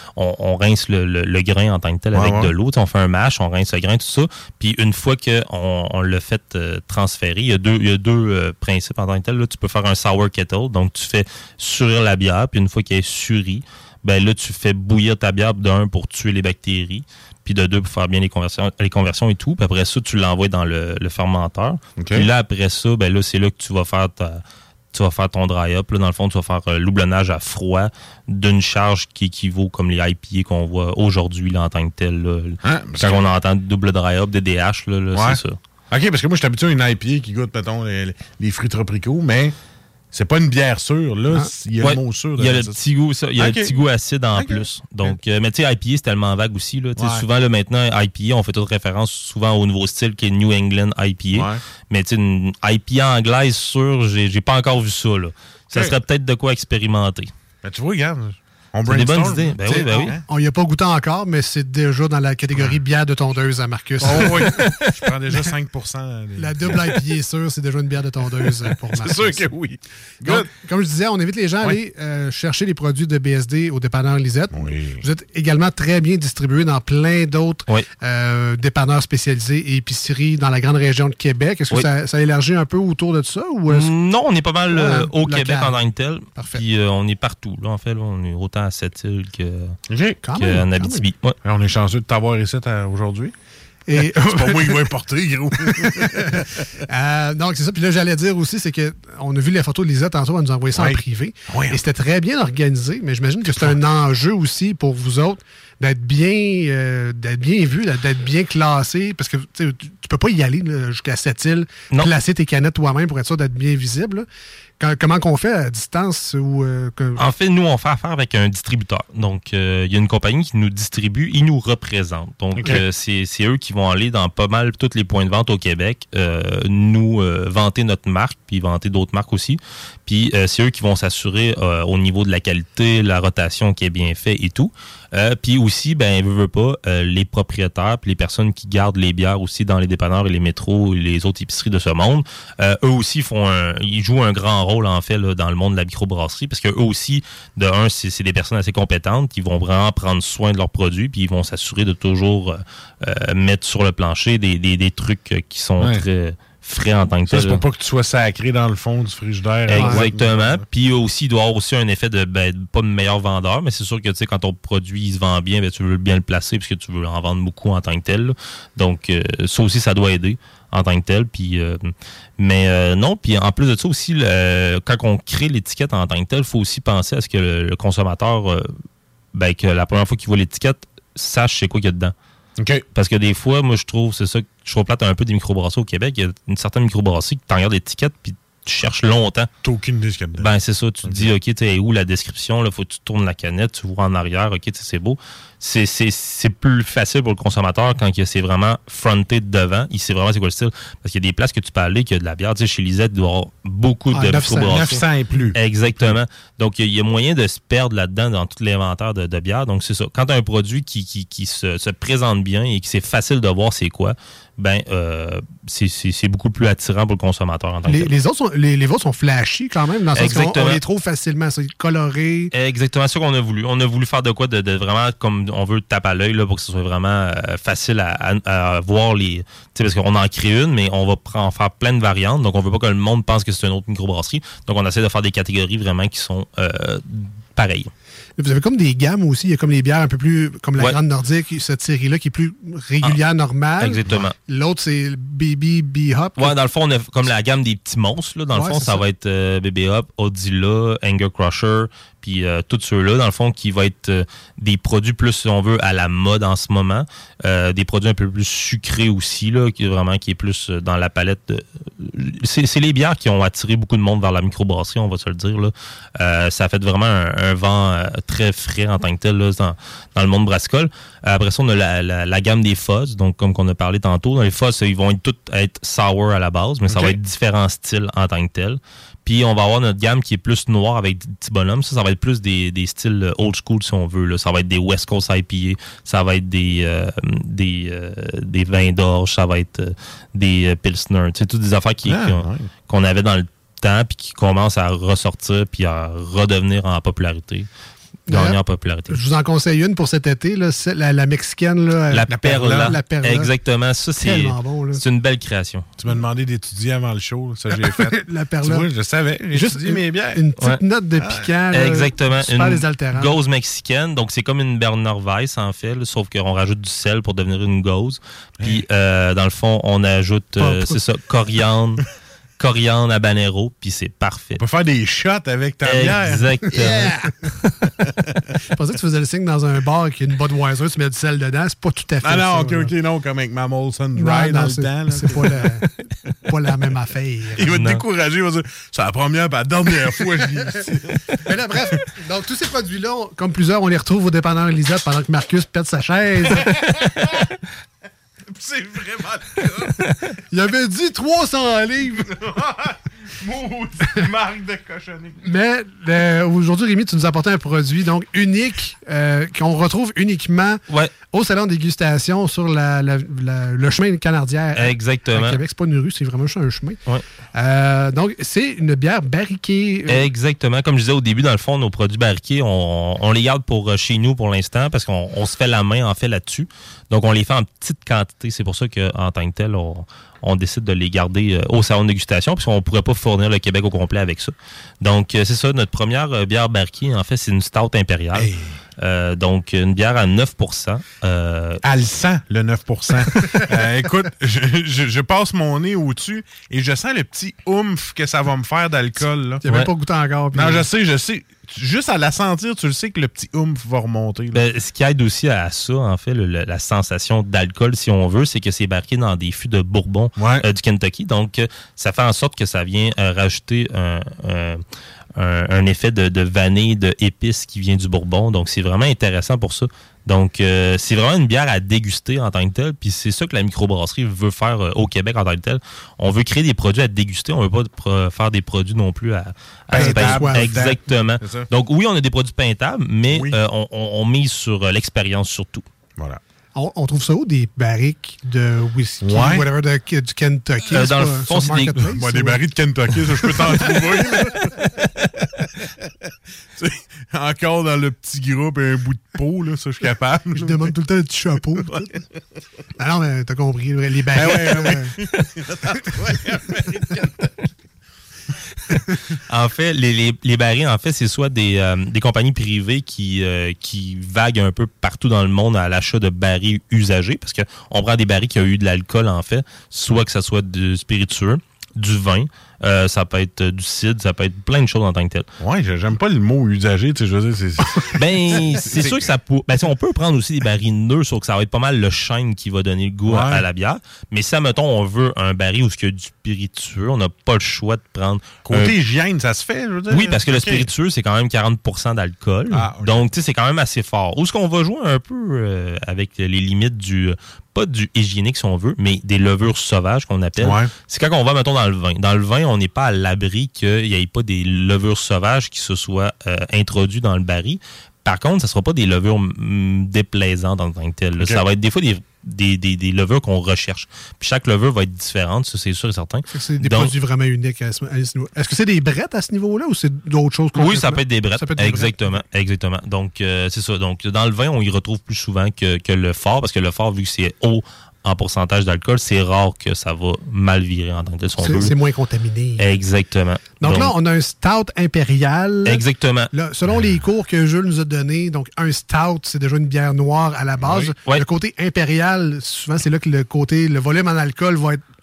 Speaker 10: on rince le grain en tant que tel avec de l'eau. On fait un mash, on rince le grain, tout ça. Puis une fois qu'on l'a fait transférer, il y a deux principes en tant que tel. Là, tu peux faire un sour kettle, donc tu fais surir la bière, puis une fois qu'elle est surie, ben là, tu fais bouillir ta bière d'un pour tuer les bactéries, puis de deux pour faire bien les conversions et tout. Puis après ça, tu l'envoies dans le fermenteur.
Speaker 9: Okay.
Speaker 10: Puis là, après ça, ben là, c'est là que tu vas faire ton dry-up. Là, dans le fond, tu vas faire l'houblonnage à froid d'une charge qui équivaut comme les IPA qu'on voit aujourd'hui là, en tant que tel. Là. Quand on entend double dry-up, DDH, là, c'est ça.
Speaker 9: OK, parce que moi, je suis habitué à une IPA qui goûte, mettons, les fruits tropicaux, mais c'est pas une bière sûre. Là, il y a le mot sûr.
Speaker 10: Il y a le petit goût, ça. Il y a le petit goût acide en plus. Donc, mais tu sais, IPA, c'est tellement vague aussi. Là. Souvent, là, maintenant, IPA, on fait toute référence souvent au nouveau style qui est New England IPA. Ouais. Mais tu sais, une IPA anglaise sûre, j'ai pas encore vu ça. Là. Ça serait peut-être de quoi expérimenter.
Speaker 9: Ben, tu vois, regarde.
Speaker 10: C'est des bonnes idées. Ben oui, ben oui.
Speaker 8: On n'y a pas goûté encore, mais c'est déjà dans la catégorie bière de tondeuse à Marcus.
Speaker 9: Oh oui, je prends déjà 5%.
Speaker 8: La double IPA sûre, c'est déjà une bière de tondeuse pour Marcus.
Speaker 9: C'est sûr que oui.
Speaker 8: Donc, comme je disais, on invite les gens à aller chercher les produits de BSD au dépanneur Lisette.
Speaker 9: Oui.
Speaker 8: Vous êtes également très bien distribués dans plein d'autres dépanneurs spécialisés et épiceries dans la grande région de Québec. Est-ce que ça élargit un peu autour de ça? Ou
Speaker 10: non, on est pas mal au Québec en tant que tel.
Speaker 8: Parfait.
Speaker 10: Puis on est partout. Là, en fait, là, on est autant à Sept-Îles
Speaker 9: qu'en
Speaker 10: Abitibi.
Speaker 9: Ouais. On est chanceux de t'avoir ici aujourd'hui.
Speaker 8: Et
Speaker 9: c'est pas moi qui vais importer, gros.
Speaker 8: Donc, c'est ça. Puis là, j'allais dire aussi, c'est qu'on a vu les photos de Lisa tantôt, elle nous a envoyé ça en privé.
Speaker 9: Oui,
Speaker 8: et c'était très bien organisé, mais j'imagine que c'est un enjeu aussi pour vous autres d'être bien vu, d'être bien classé, parce que tu peux pas y aller jusqu'à Sept-Îles, placer tes canettes toi-même pour être sûr d'être bien visible. Là. Comment qu'on fait à distance?
Speaker 10: En fait, nous, on fait affaire avec un distributeur. Donc, il y a une compagnie qui nous distribue, ils nous représentent. Donc, c'est eux qui vont aller dans pas mal tous les points de vente au Québec, nous vanter notre marque, puis vanter d'autres marques aussi. Puis, c'est eux qui vont s'assurer au niveau de la qualité, la rotation qui est bien faite et tout. Puis aussi, veut pas, les propriétaires puis les personnes qui gardent les bières aussi dans les dépanneurs et les métros et les autres épiceries de ce monde, eux aussi ils jouent un grand rôle en fait là, dans le monde de la microbrasserie parce que eux aussi, de un, c'est des personnes assez compétentes qui vont vraiment prendre soin de leurs produits puis ils vont s'assurer de toujours mettre sur le plancher des trucs qui sont très frais en tant que tel.
Speaker 9: C'est pour pas que tu sois sacré dans le fond du frigidaire.
Speaker 10: Exactement. Puis aussi, il doit avoir aussi un effet de pas de meilleur vendeur, mais c'est sûr que tu sais quand ton produit il se vend bien, tu veux bien le placer parce que tu veux en vendre beaucoup en tant que tel. Là. Donc ça aussi, ça doit aider en tant que tel. Puis non, puis en plus de ça aussi, quand on crée l'étiquette en tant que tel, il faut aussi penser à ce que le consommateur, que la première fois qu'il voit l'étiquette, sache c'est quoi qu'il y a dedans.
Speaker 9: Okay.
Speaker 10: Parce que des fois, moi, je trouve, c'est ça que je trouve plate un peu des microbrasseries au Québec. Il y a une certaine microbrasserie que tu regardes l'étiquette puis tu cherches longtemps.
Speaker 9: T'as aucune idée de ce qu'il y a dedans.
Speaker 10: Ben, c'est ça. Tu te dis, OK, tu sais, où la description? Là, faut que tu tournes la canette, tu vois en arrière, OK, tu sais, c'est beau. C'est plus facile pour le consommateur quand c'est vraiment fronté de devant. Il sait vraiment c'est quoi le style. Parce qu'il y a des places que tu peux aller, qu'il y a de la bière. Tu sais, chez Lisette, il doit y avoir beaucoup de
Speaker 9: 900 et plus.
Speaker 10: Exactement. Donc, il y a moyen de se perdre là-dedans dans tout l'inventaire de bière. Donc, c'est ça. Quand tu as un produit qui se présente bien et que c'est facile de voir c'est quoi, ben c'est beaucoup plus attirant pour le consommateur en tant que tel.
Speaker 8: Les vôtres sont flashy quand même, dans le sens qu'on les trouve facilement, c'est coloré.
Speaker 10: Exactement, c'est ce qu'on a voulu. On a voulu faire de quoi de vraiment comme on veut taper à l'œil là, pour que ce soit vraiment facile à voir les. Parce qu'on en crée une, mais on va en faire plein de variantes. Donc on veut pas que le monde pense que c'est une autre microbrasserie. Donc on essaie de faire des catégories vraiment qui sont pareilles.
Speaker 8: Vous avez comme des gammes aussi. Il y a comme les bières un peu plus, comme la Grande Nordique, cette série-là qui est plus régulière, normale.
Speaker 10: Exactement.
Speaker 8: L'autre, c'est Baby B-Hop.
Speaker 10: Ouais, dans le fond, on a comme la gamme des petits monstres. Là. Dans le fond, ça va être Baby Hop, Odila, Anger Crusher, puis tous ceux-là, dans le fond, qui va être des produits plus, si on veut, à la mode en ce moment. Des produits un peu plus sucrés aussi, là, qui est plus dans la palette. C'est les bières qui ont attiré beaucoup de monde vers la microbrasserie, on va se le dire. Là. Ça a fait vraiment un vent très frais en tant que tel là, dans le monde brassicole. Après ça, on a la gamme des fuzz, donc comme qu'on a parlé tantôt. Dans les fuzz, ils vont tous être sour à la base, mais ça va être différents styles en tant que tel. Puis on va avoir notre gamme qui est plus noire avec des petits bonhommes. Ça va être plus des styles old school si on veut. Là. Ça va être des West Coast IPA, ça va être des vins d'orge, ça va être des Pilsner. Tu sais, toutes des affaires qu'on avait dans le temps puis qui commencent à ressortir puis à redevenir en popularité. Gagner en popularité.
Speaker 8: Je vous en conseille une pour cet été, là, la mexicaine. Là,
Speaker 10: la Perla.
Speaker 8: La Perla.
Speaker 10: Exactement. Ça, c'est
Speaker 8: bon,
Speaker 10: une belle création.
Speaker 9: Tu m'as demandé d'étudier avant le show. Ça, j'ai fait.
Speaker 8: La Perla.
Speaker 9: Tu vois, je savais. J'ai étudié mes bières.
Speaker 8: Une petite note de piquant.
Speaker 10: Exactement.
Speaker 8: Super désaltérant.
Speaker 10: Une gauze mexicaine. Donc, c'est comme une Berner Weiss, en fait, là, sauf qu'on rajoute du sel pour devenir une gauze. Puis, dans le fond, on ajoute, c'est ça, coriandre. Coriandre habanero, puis c'est parfait.
Speaker 9: On peut faire des shots avec ta bière.
Speaker 10: Exactement.
Speaker 8: Yeah. Je pensais que tu faisais le signe dans un bar avec une Budweiser, tu mets du sel dedans. C'est pas tout à fait ça.
Speaker 9: Ah non, OK, non, comme avec ma Molson Dry dans le temps.
Speaker 8: C'est pas la même affaire.
Speaker 9: Il va te décourager, il va dire, c'est la première et la dernière fois que je l'ai ici.
Speaker 8: Mais là, bref, donc tous ces produits-là, comme plusieurs, on les retrouve au dépanneur Lisette pendant que Marcus pète sa chaise.
Speaker 9: C'est vraiment le cas.
Speaker 8: Il avait dit 300 livres.
Speaker 9: Maudite marque de cochonnerie.
Speaker 8: Mais aujourd'hui, Rémi, tu nous as apporté un produit donc unique qu'on retrouve uniquement au salon de dégustation sur le chemin de Canardière.
Speaker 10: Exactement.
Speaker 8: À Québec, c'est pas une rue, c'est vraiment juste un chemin. Ouais. Donc, c'est une bière barriquée.
Speaker 10: Exactement. Comme je disais au début, dans le fond, nos produits barriqués, on les garde pour chez nous pour l'instant parce qu'on se fait la main, en fait, là-dessus. Donc, on les fait en petite quantité. C'est pour ça qu'en tant que tel, on décide de les garder au salon de dégustation puisqu'on ne pourrait pas fournir le Québec au complet avec ça. Donc, c'est ça. Notre première bière barriquée, en fait, c'est une stout impériale. Hey. Donc, une bière à 9%.
Speaker 9: Elle sent le 9%. Écoute, je passe mon nez au-dessus et je sens le petit oomph que ça va me faire d'alcool.
Speaker 8: Tu n'as même pas goûté encore.
Speaker 9: Non, je sais. Juste à la sentir, tu le sais que le petit oomph va remonter.
Speaker 10: Ce qui aide aussi à ça, en fait, la sensation d'alcool, si on veut, c'est que c'est barriqué dans des fûts de Bourbon du Kentucky. Donc, ça fait en sorte que ça vient rajouter un effet de vanille, de épices qui vient du Bourbon. Donc, c'est vraiment intéressant pour ça. Donc, c'est vraiment une bière à déguster en tant que telle. Puis c'est ça que la microbrasserie veut faire au Québec en tant que tel. On veut créer des produits à déguster. On veut pas faire des produits non plus à exactement. Donc, oui, on a des produits pintables, mais on mise sur l'expérience surtout.
Speaker 9: Voilà.
Speaker 8: On trouve ça où, des barriques de whisky, whatever, du Kentucky?
Speaker 10: Dans le fond, c'est
Speaker 9: des barriques de Kentucky, ça, je peux t'en trouver. Encore dans le petit groupe et un bout de peau, là, ça, je suis capable.
Speaker 8: Je demande tout le temps un petit chapeau. Ah non, mais t'as compris, les barriques.
Speaker 10: En fait, les barils, en fait, c'est soit des compagnies privées qui vaguent un peu partout dans le monde à l'achat de barils usagés, parce qu'on prend des barils qui ont eu de l'alcool, en fait, soit que ça soit du spiritueux, du vin, ça peut être du cidre, ça peut être plein de choses en tant que tel.
Speaker 9: Ouais, j'aime pas le mot usagé, tu sais, je veux dire,
Speaker 10: c'est sûr que ça peut... on peut prendre aussi des barils neufs, sauf que ça va être pas mal le chêne qui va donner le goût à la bière. Mais si, mettons, on veut un baril où il y a du spiritueux, on n'a pas le choix de prendre...
Speaker 9: Côté hygiène, ça se fait, je veux dire?
Speaker 10: Oui, parce que le spiritueux, c'est quand même 40% d'alcool. Okay. Donc, tu sais, c'est quand même assez fort. Où est-ce qu'on va jouer un peu avec les limites pas du hygiénique si on veut, mais des levures sauvages qu'on appelle. Ouais. C'est quand on va, mettons, dans le vin. Dans le vin, on n'est pas à l'abri qu'il n'y ait pas des levures sauvages qui se soient introduites dans le baril. Par contre, ça ne sera pas des levures déplaisantes en tant que telles. Okay. Ça va être des fois des levures qu'on recherche. Puis chaque levure va être différente, ça c'est sûr et certain.
Speaker 8: C'est des produits vraiment uniques à ce niveau. Est-ce que c'est des brettes à ce niveau-là ou c'est d'autres choses?
Speaker 10: Oui, ça peut être des brettes. Exactement. Donc, c'est ça. Donc, dans le vin, on y retrouve plus souvent que le fort, parce que le fort, vu que c'est haut en pourcentage d'alcool, c'est rare que ça va mal virer en tant que tel.
Speaker 8: C'est moins contaminé.
Speaker 10: Exactement.
Speaker 8: Donc là, on a un stout impérial.
Speaker 10: Exactement.
Speaker 8: Là, selon les cours que Jules nous a donnés, donc un stout, c'est déjà une bière noire à la base.
Speaker 10: Oui.
Speaker 8: Le côté impérial, souvent, c'est là que le volume en alcool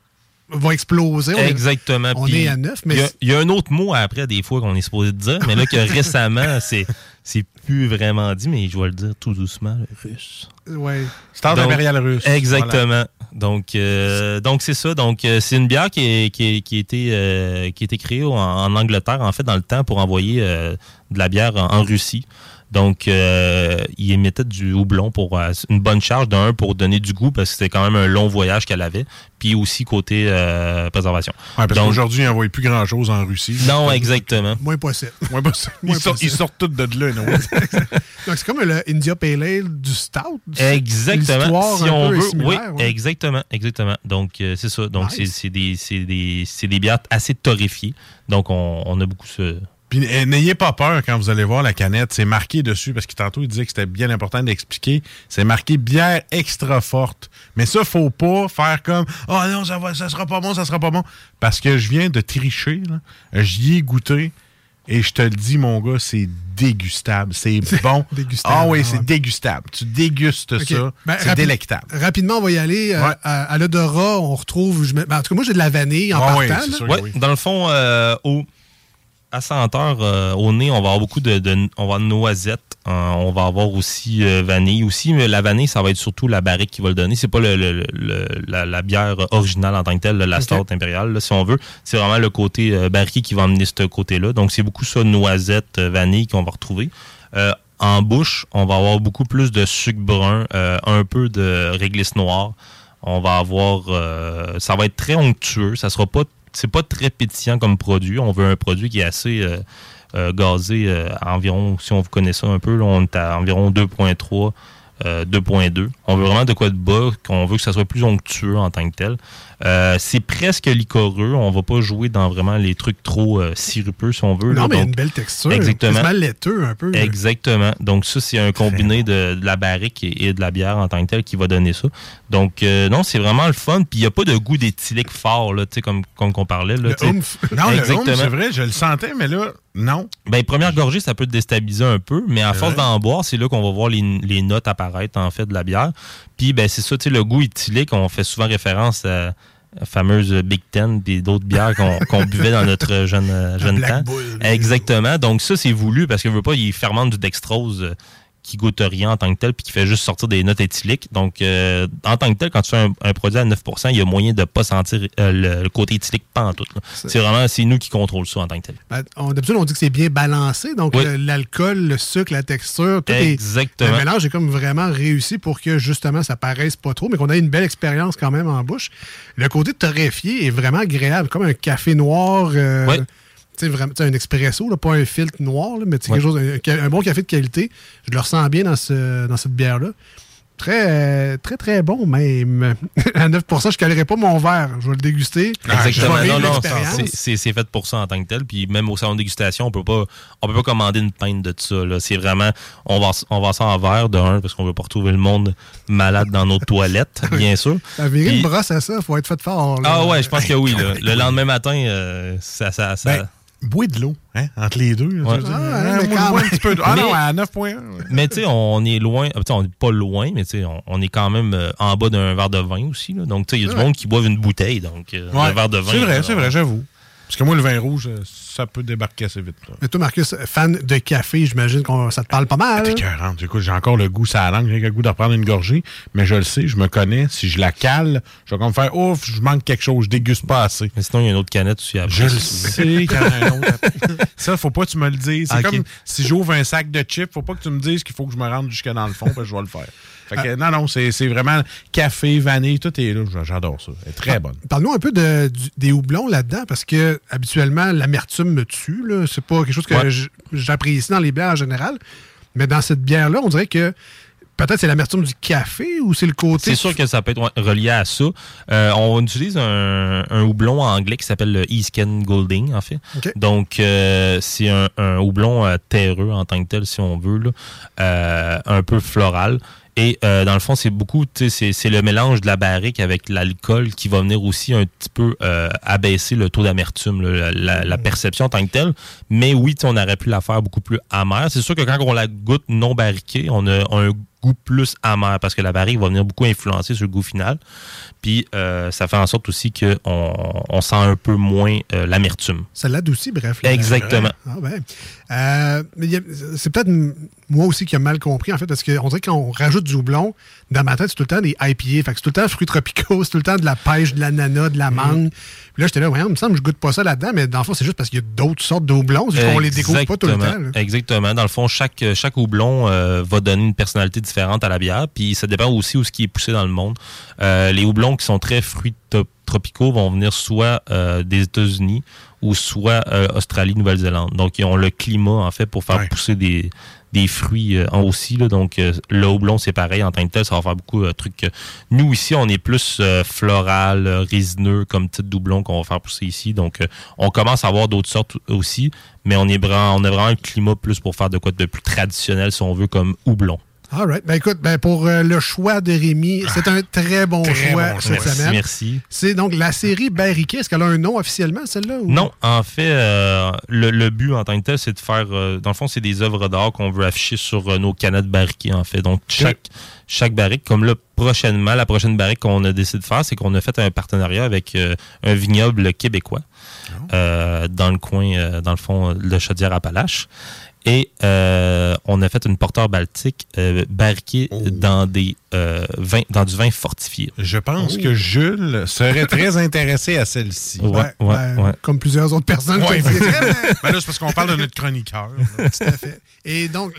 Speaker 8: va exploser.
Speaker 10: Exactement.
Speaker 8: On est à 9, mais...
Speaker 10: Il y a un autre mot après, des fois, qu'on est supposé dire, mais là, que récemment, c'est plus vraiment dit, mais je vais le dire tout doucement, le russe.
Speaker 8: Oui.
Speaker 9: Stout impérial russe.
Speaker 10: Exactement. Voilà. Donc c'est ça. Donc, c'est une bière qui a été créée en Angleterre, en fait, dans le temps, pour envoyer de la bière en Russie. Donc, il émettait du houblon pour une bonne charge, pour donner du goût, parce que c'était quand même un long voyage qu'elle avait, puis aussi côté préservation.
Speaker 9: Oui, parce qu'aujourd'hui, ils n'envoient plus grand-chose en Russie.
Speaker 10: Non, exactement.
Speaker 8: Moins possible.
Speaker 9: Ils sortent tous de là, non?
Speaker 8: Donc, c'est comme le India Pale Ale du stout.
Speaker 10: Exactement. Si on veut.
Speaker 8: Similaire,
Speaker 10: oui, exactement. Donc, c'est ça. Donc, nice. c'est des bières assez torréfiées. Donc, on a beaucoup ce...
Speaker 9: Puis n'ayez pas peur quand vous allez voir la canette. C'est marqué dessus, parce que tantôt, il disait que c'était bien important d'expliquer. C'est marqué bière extra forte. Mais ça, faut pas faire comme « Oh non, ça sera pas bon, ça sera pas bon. » Parce que je viens de tricher, là. J'y ai goûté. Et je te le dis, mon gars, c'est dégustable. C'est bon.
Speaker 8: Dégustable.
Speaker 9: Ah oui, c'est dégustable. Tu dégustes ça. C'est délectable.
Speaker 8: Rapidement, on va y aller. À l'odorat, on retrouve... en tout cas, moi, j'ai de la vanille en partant.
Speaker 10: Oui, dans le fond, à senteur, au nez, on va avoir beaucoup on va avoir noisette. On va avoir aussi vanille aussi, mais la vanille, ça va être surtout la barrique qui va le donner. C'est pas la bière originale en tant que telle, la stout impériale, là, si on veut. C'est vraiment le côté barrique qui va emmener ce côté-là. Donc, c'est beaucoup ça, noisette, vanille qu'on va retrouver. En bouche, on va avoir beaucoup plus de sucre brun, un peu de réglisse noire. On va avoir... ça va être très onctueux. Ça sera pas... C'est pas très pétillant comme produit. On veut un produit qui est assez gazé à environ, si on vous connaît ça un peu, là, on est à environ 2.3, 2.2. On veut vraiment de quoi de bas, qu'on veut que ça soit plus onctueux en tant que tel. C'est presque liquoreux. On va pas jouer dans vraiment les trucs trop sirupeux, si on veut.
Speaker 8: Non,
Speaker 10: là.
Speaker 8: mais
Speaker 10: Donc,
Speaker 8: une belle texture.
Speaker 10: Exactement.
Speaker 8: C'est mal laiteux un peu.
Speaker 10: Exactement. Donc ça, c'est un combiné de la barrique et de la bière en tant que tel qui va donner ça. Donc non, c'est vraiment le fun. Puis il n'y a pas de goût d'éthylique fort, là, comme qu'on parlait. Là,
Speaker 8: le oomph.
Speaker 9: Non, exactement. Le oomph, c'est vrai, je le sentais, mais là, non.
Speaker 10: Ben, première gorgée, ça peut te déstabiliser un peu, mais à force d'en boire, c'est là qu'on va voir les notes apparaître, en fait, de la bière. Puis, ben, c'est ça, tu sais, le goût éthylique, on fait souvent référence à la fameuse Big Ten puis d'autres bières qu'on buvait dans notre jeune temps.
Speaker 8: Bull,
Speaker 10: exactement. Donc, ça, c'est voulu parce que, veut pas, il fermente du dextrose qui goûte rien en tant que tel puis qui fait juste sortir des notes éthyliques. Donc, en tant que tel, quand tu fais un produit à 9%, il y a moyen de ne pas sentir le côté éthylique pantoute. C'est nous qui contrôlons ça en tant que tel.
Speaker 8: D'habitude, on dit que c'est bien balancé. Donc, l'alcool, le sucre, la texture, tout
Speaker 10: exactement.
Speaker 8: Le mélange est comme vraiment réussi pour que, justement, ça paraisse pas trop, mais qu'on ait une belle expérience quand même en bouche. Le côté torréfié est vraiment agréable, comme un café noir... vraiment, un expresso, là, pas un filtre noir, là, mais quelque chose, un bon café de qualité. Je le ressens bien dans cette bière-là. Très, très, très bon, même. À 9%, je ne calerai pas mon verre. Je vais le déguster.
Speaker 10: Exactement. Non, c'est fait pour ça en tant que tel. Puis même au salon de dégustation, on peut pas commander une pinte de ça. Là. C'est vraiment, on va ça en verre de un, parce qu'on veut pas retrouver le monde malade dans nos toilettes, bien sûr.
Speaker 8: Virer une brosse à ça, il faut être fait fort. Là.
Speaker 10: Ah ouais, je pense que oui. Là. Le lendemain matin, ça
Speaker 9: Bois de l'eau, hein, entre les deux.
Speaker 10: Ouais.
Speaker 9: Un petit peu non, à 9,1.
Speaker 10: Mais tu sais, on est loin. On n'est pas loin, mais tu sais, on est quand même en bas d'un verre de vin aussi. Là. Donc, tu sais, il y a du monde qui boive une bouteille. Donc, un verre de vin.
Speaker 9: C'est vrai, j'avoue. Parce que moi, le vin rouge, ça peut débarquer assez vite. Là.
Speaker 8: Mais toi, Marcus, fan de café, j'imagine que ça te parle pas mal.
Speaker 9: T'es 40. Écoute, j'ai encore le goût sur la langue, j'ai le goût de reprendre une gorgée, mais je le sais, je me connais. Si je la cale, je vais comme faire ouf, je manque quelque chose, je déguste pas assez.
Speaker 10: Mais sinon, il y a une autre canette aussi après.
Speaker 9: Je le sais qu'il y en a un autre après. Ça, faut pas que tu me le dises. C'est comme si j'ouvre un sac de chips, faut pas que tu me dises qu'il faut que je me rende jusque dans le fond, parce que je vais le faire. Fait que, non, c'est vraiment café, vanille, tout est là. J'adore ça. Elle est très bonne.
Speaker 8: Parle-nous un peu des houblons là-dedans, parce que habituellement, l'amertume me tue. Là. C'est pas quelque chose que j'apprécie dans les bières en général. Mais dans cette bière-là, on dirait que peut-être c'est l'amertume du café ou c'est le côté...
Speaker 10: C'est sûr que ça peut être relié à ça. On utilise un houblon anglais qui s'appelle le Easken Golding, en fait. Okay. Donc, c'est un houblon terreux en tant que tel, si on veut, là, un peu floral. Et dans le fond, c'est beaucoup, c'est le mélange de la barrique avec l'alcool qui va venir aussi un petit peu abaisser le taux d'amertume, la perception en tant que telle. Mais oui, on aurait pu la faire beaucoup plus amère. C'est sûr que quand on la goûte non barriquée, on a un goût plus amer parce que la barrique va venir beaucoup influencer sur le goût final. Puis ça fait en sorte aussi qu'on sent un peu moins l'amertume.
Speaker 8: Ça l'adoucit, bref.
Speaker 10: Exactement.
Speaker 8: C'est peut-être moi aussi qui ai mal compris, en fait, parce qu'on dirait que quand on rajoute du houblon, dans ma tête, c'est tout le temps des IPA. Fait que c'est tout le temps fruits tropicaux, c'est tout le temps de la pêche, de l'ananas, de la mangue. Puis là, j'étais là, il me semble que je goûte pas ça là-dedans, mais dans le fond, c'est juste parce qu'il y a d'autres sortes de houblons. C'est qu'on les découvre pas tout le temps. Là.
Speaker 10: Exactement. Dans le fond, chaque houblon va donner une personnalité différente à la bière, puis ça dépend aussi où ce qui est poussé dans le monde. Les houblons qui sont très fruits tropicaux vont venir soit des États-Unis ou soit Australie, Nouvelle-Zélande. Donc, ils ont le climat, en fait, pour faire pousser des fruits aussi. Là. Donc, le houblon, c'est pareil en tant que tel. Ça va faire beaucoup de trucs. Nous, ici, on est plus floral, résineux, comme type doublon qu'on va faire pousser ici. Donc, on commence à avoir d'autres sortes aussi, mais on a vraiment un climat plus pour faire de quoi de plus traditionnel, si on veut, comme houblon.
Speaker 8: All right. Ben écoute, pour le choix de Rémi, c'est un très bon choix cette semaine.
Speaker 10: Merci.
Speaker 8: C'est donc la série Barriquée. Est-ce qu'elle a un nom officiellement, celle-là? Ou...
Speaker 10: Non, en fait, le but en tant que tel, c'est de faire... dans le fond, c'est des œuvres d'art qu'on veut afficher sur nos canettes Barriquées, en fait. Donc, chaque barrique, comme là, prochainement, la prochaine barrique qu'on a décidé de faire, c'est qu'on a fait un partenariat avec un vignoble québécois dans le coin, dans le fond, de Chaudière-Appalaches. Et on a fait une porteur baltique barriquée dans du vin fortifié.
Speaker 9: Je pense que Jules serait très intéressé à celle-ci.
Speaker 10: Ouais.
Speaker 8: Comme plusieurs autres personnes.
Speaker 9: Ben là, c'est parce qu'on parle de notre chroniqueur.
Speaker 8: Tout à fait. Et donc,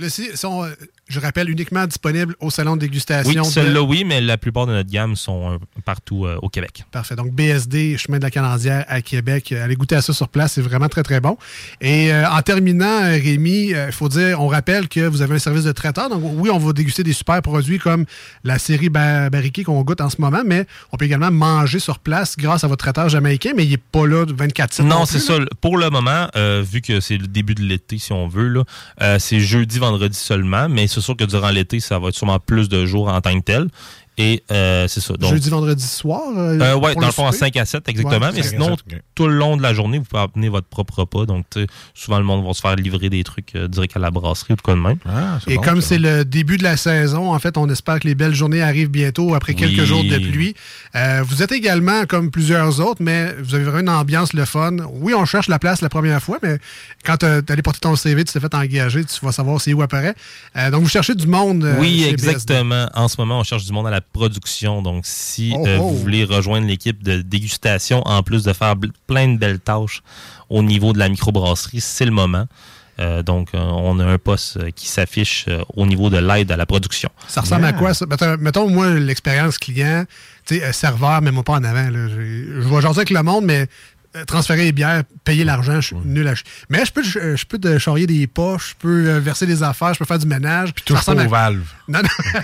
Speaker 8: je rappelle, uniquement disponible au salon de dégustation.
Speaker 10: Oui, celle-là, oui, mais la plupart de notre gamme sont partout au Québec.
Speaker 8: Parfait. Donc, BSD, Chemin de la Canandière à Québec. Allez goûter à ça sur place, c'est vraiment très, très bon. Et en terminant, Rémi, il faut dire, on rappelle que vous avez un service de traiteur. Donc, oui, on va déguster des super produits comme la série Barriquée qu'on goûte en ce moment, mais on peut également manger sur place grâce à votre traiteur jamaïcain, mais il n'est pas là 24/7.
Speaker 10: Non, c'est ça. Pour le moment, vu que c'est le début de l'été, si on veut, là, c'est jeudi, vendredi seulement, mais c'est sûr que durant l'été, ça va être sûrement plus de jours en tant que tel. Et c'est ça. Donc,
Speaker 8: jeudi, vendredi soir?
Speaker 10: Oui, dans le fond, en 5 à 7, exactement. Ouais, mais sinon, tout le long de la journée, vous pouvez amener votre propre repas. Donc, souvent, le monde va se faire livrer des trucs direct à la brasserie ou tout quoi de même.
Speaker 8: Et bon, comme c'est le début de la saison, en fait, on espère que les belles journées arrivent bientôt après quelques jours de pluie. Vous êtes également, comme plusieurs autres, mais vous avez vraiment une ambiance le fun. Oui, on cherche la place la première fois, mais quand tu allé porter ton CV, tu t'es fait engager, tu vas savoir c'est où apparaît. Donc, vous cherchez du monde.
Speaker 10: Oui, exactement. BSD. En ce moment, on cherche du monde à la production. Donc, si vous voulez rejoindre l'équipe de dégustation, en plus de faire plein de belles tâches au niveau de la microbrasserie, c'est le moment. Donc, on a un poste qui s'affiche au niveau de l'aide à la production.
Speaker 8: Ça ressemble à quoi, ça? Mettons, moi, l'expérience client, tu sais, serveur, mets-moi pas en avant. Là. Je vais jaser avec le monde, mais transférer les bières, payer l'argent, je suis nul à chier. Mais je peux te charrier des poches, je peux verser des affaires, je peux faire du ménage.
Speaker 9: Puis touche pas aux valves.
Speaker 8: Non.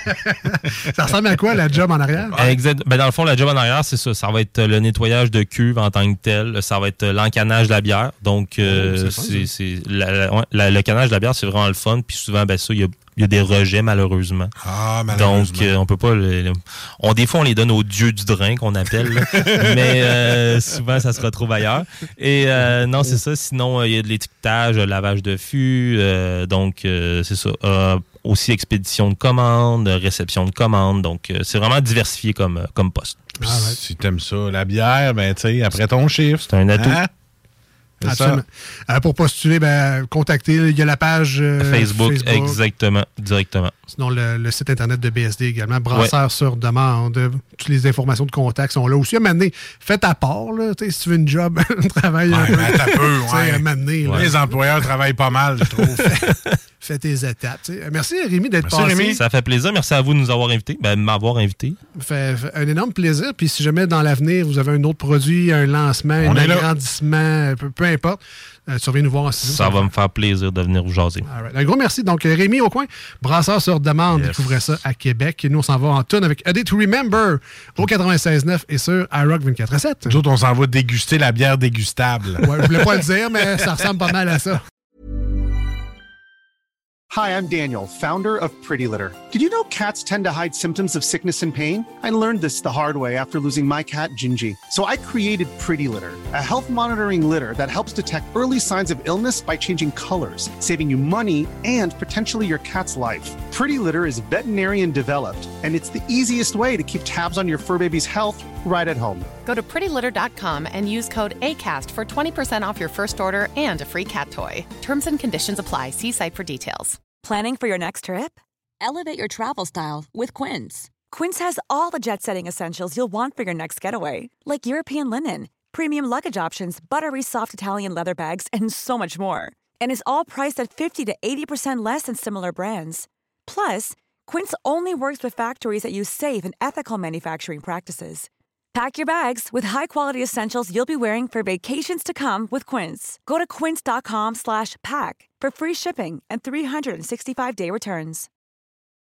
Speaker 8: Ça ressemble à quoi, la job en arrière?
Speaker 10: Exact. Ben, dans le fond, la job en arrière, c'est ça. Ça va être le nettoyage de cuve en tant que tel. Ça va être l'encanage de la bière. Donc, le canage de la bière, c'est vraiment le fun. Puis souvent, ben ça, il y a il y a des rejets, malheureusement.
Speaker 9: Ah, malheureusement.
Speaker 10: Donc, on peut pas... des fois, on les donne aux dieux du drain, qu'on appelle. Là. Mais souvent, ça se retrouve ailleurs. Et non, c'est ça. Sinon, il y a de l'étiquetage, lavage de fût. Donc, c'est ça. Aussi expédition de commandes, réception de commandes. Donc, c'est vraiment diversifié comme poste.
Speaker 9: Ah, ouais. Si t'aimes ça, la bière, ben, tu sais, après ton chiffre.
Speaker 10: C'est un atout.
Speaker 9: Hein?
Speaker 8: Absolument. Pour postuler, contactez. Il y a la page
Speaker 10: Facebook, exactement, directement.
Speaker 8: Sinon, le site Internet de BSD également, Brasseur sur demande. Toutes les informations de contact sont là aussi. À un moment donné, faites à part. Là, si tu veux une job, travaille un peu.
Speaker 9: À
Speaker 8: un moment donné,
Speaker 9: les employeurs travaillent pas mal, je trouve.
Speaker 8: Fais tes étapes. Merci, Rémi, d'être passé.
Speaker 10: Rémi. Ça fait plaisir. Merci à vous de nous avoir invités. De m'avoir invité.
Speaker 8: Fait un énorme plaisir. Puis si jamais dans l'avenir, vous avez un autre produit, un lancement, un agrandissement, peu importe, tu reviens nous voir en studio.
Speaker 10: Ça va me faire plaisir de venir vous jaser.
Speaker 8: Un gros merci. Donc, Rémi au coin, Brasseur sur demande. Yes. Découvrez ça à Québec. Et nous, on s'en va en tourne avec A Day to Remember au 96.9 et sur iRock 24/7.
Speaker 9: Nous autres, on s'en va déguster la bière dégustable.
Speaker 8: Ouais, je voulais pas le dire, mais ça ressemble pas mal à ça.
Speaker 13: Hi, I'm Daniel, founder of Pretty Litter. Did you know cats tend to hide symptoms of sickness and pain? I learned this the hard way after losing my cat, Gingy. So I created Pretty Litter, a health monitoring litter that helps detect early signs of illness by changing colors, saving you money and potentially your cat's life. Pretty Litter is veterinarian developed, and it's the easiest way to keep tabs on your fur baby's health right at home.
Speaker 14: Go to prettylitter.com and use code ACAST for 20% off your first order and a free cat toy. Terms and conditions apply. See site for details.
Speaker 15: Planning for your next trip? Elevate your travel style with Quince. Quince has all the jet-setting essentials you'll want for your next getaway, like European linen, premium luggage options, buttery soft Italian leather bags, and so much more. And is all priced at 50 to 80% less than similar brands. Plus, Quince only works with factories that use safe and ethical manufacturing practices. Pack your bags with high-quality essentials you'll be wearing for vacations to come with Quince. Go to quince.com/pack for free shipping and 365-day returns.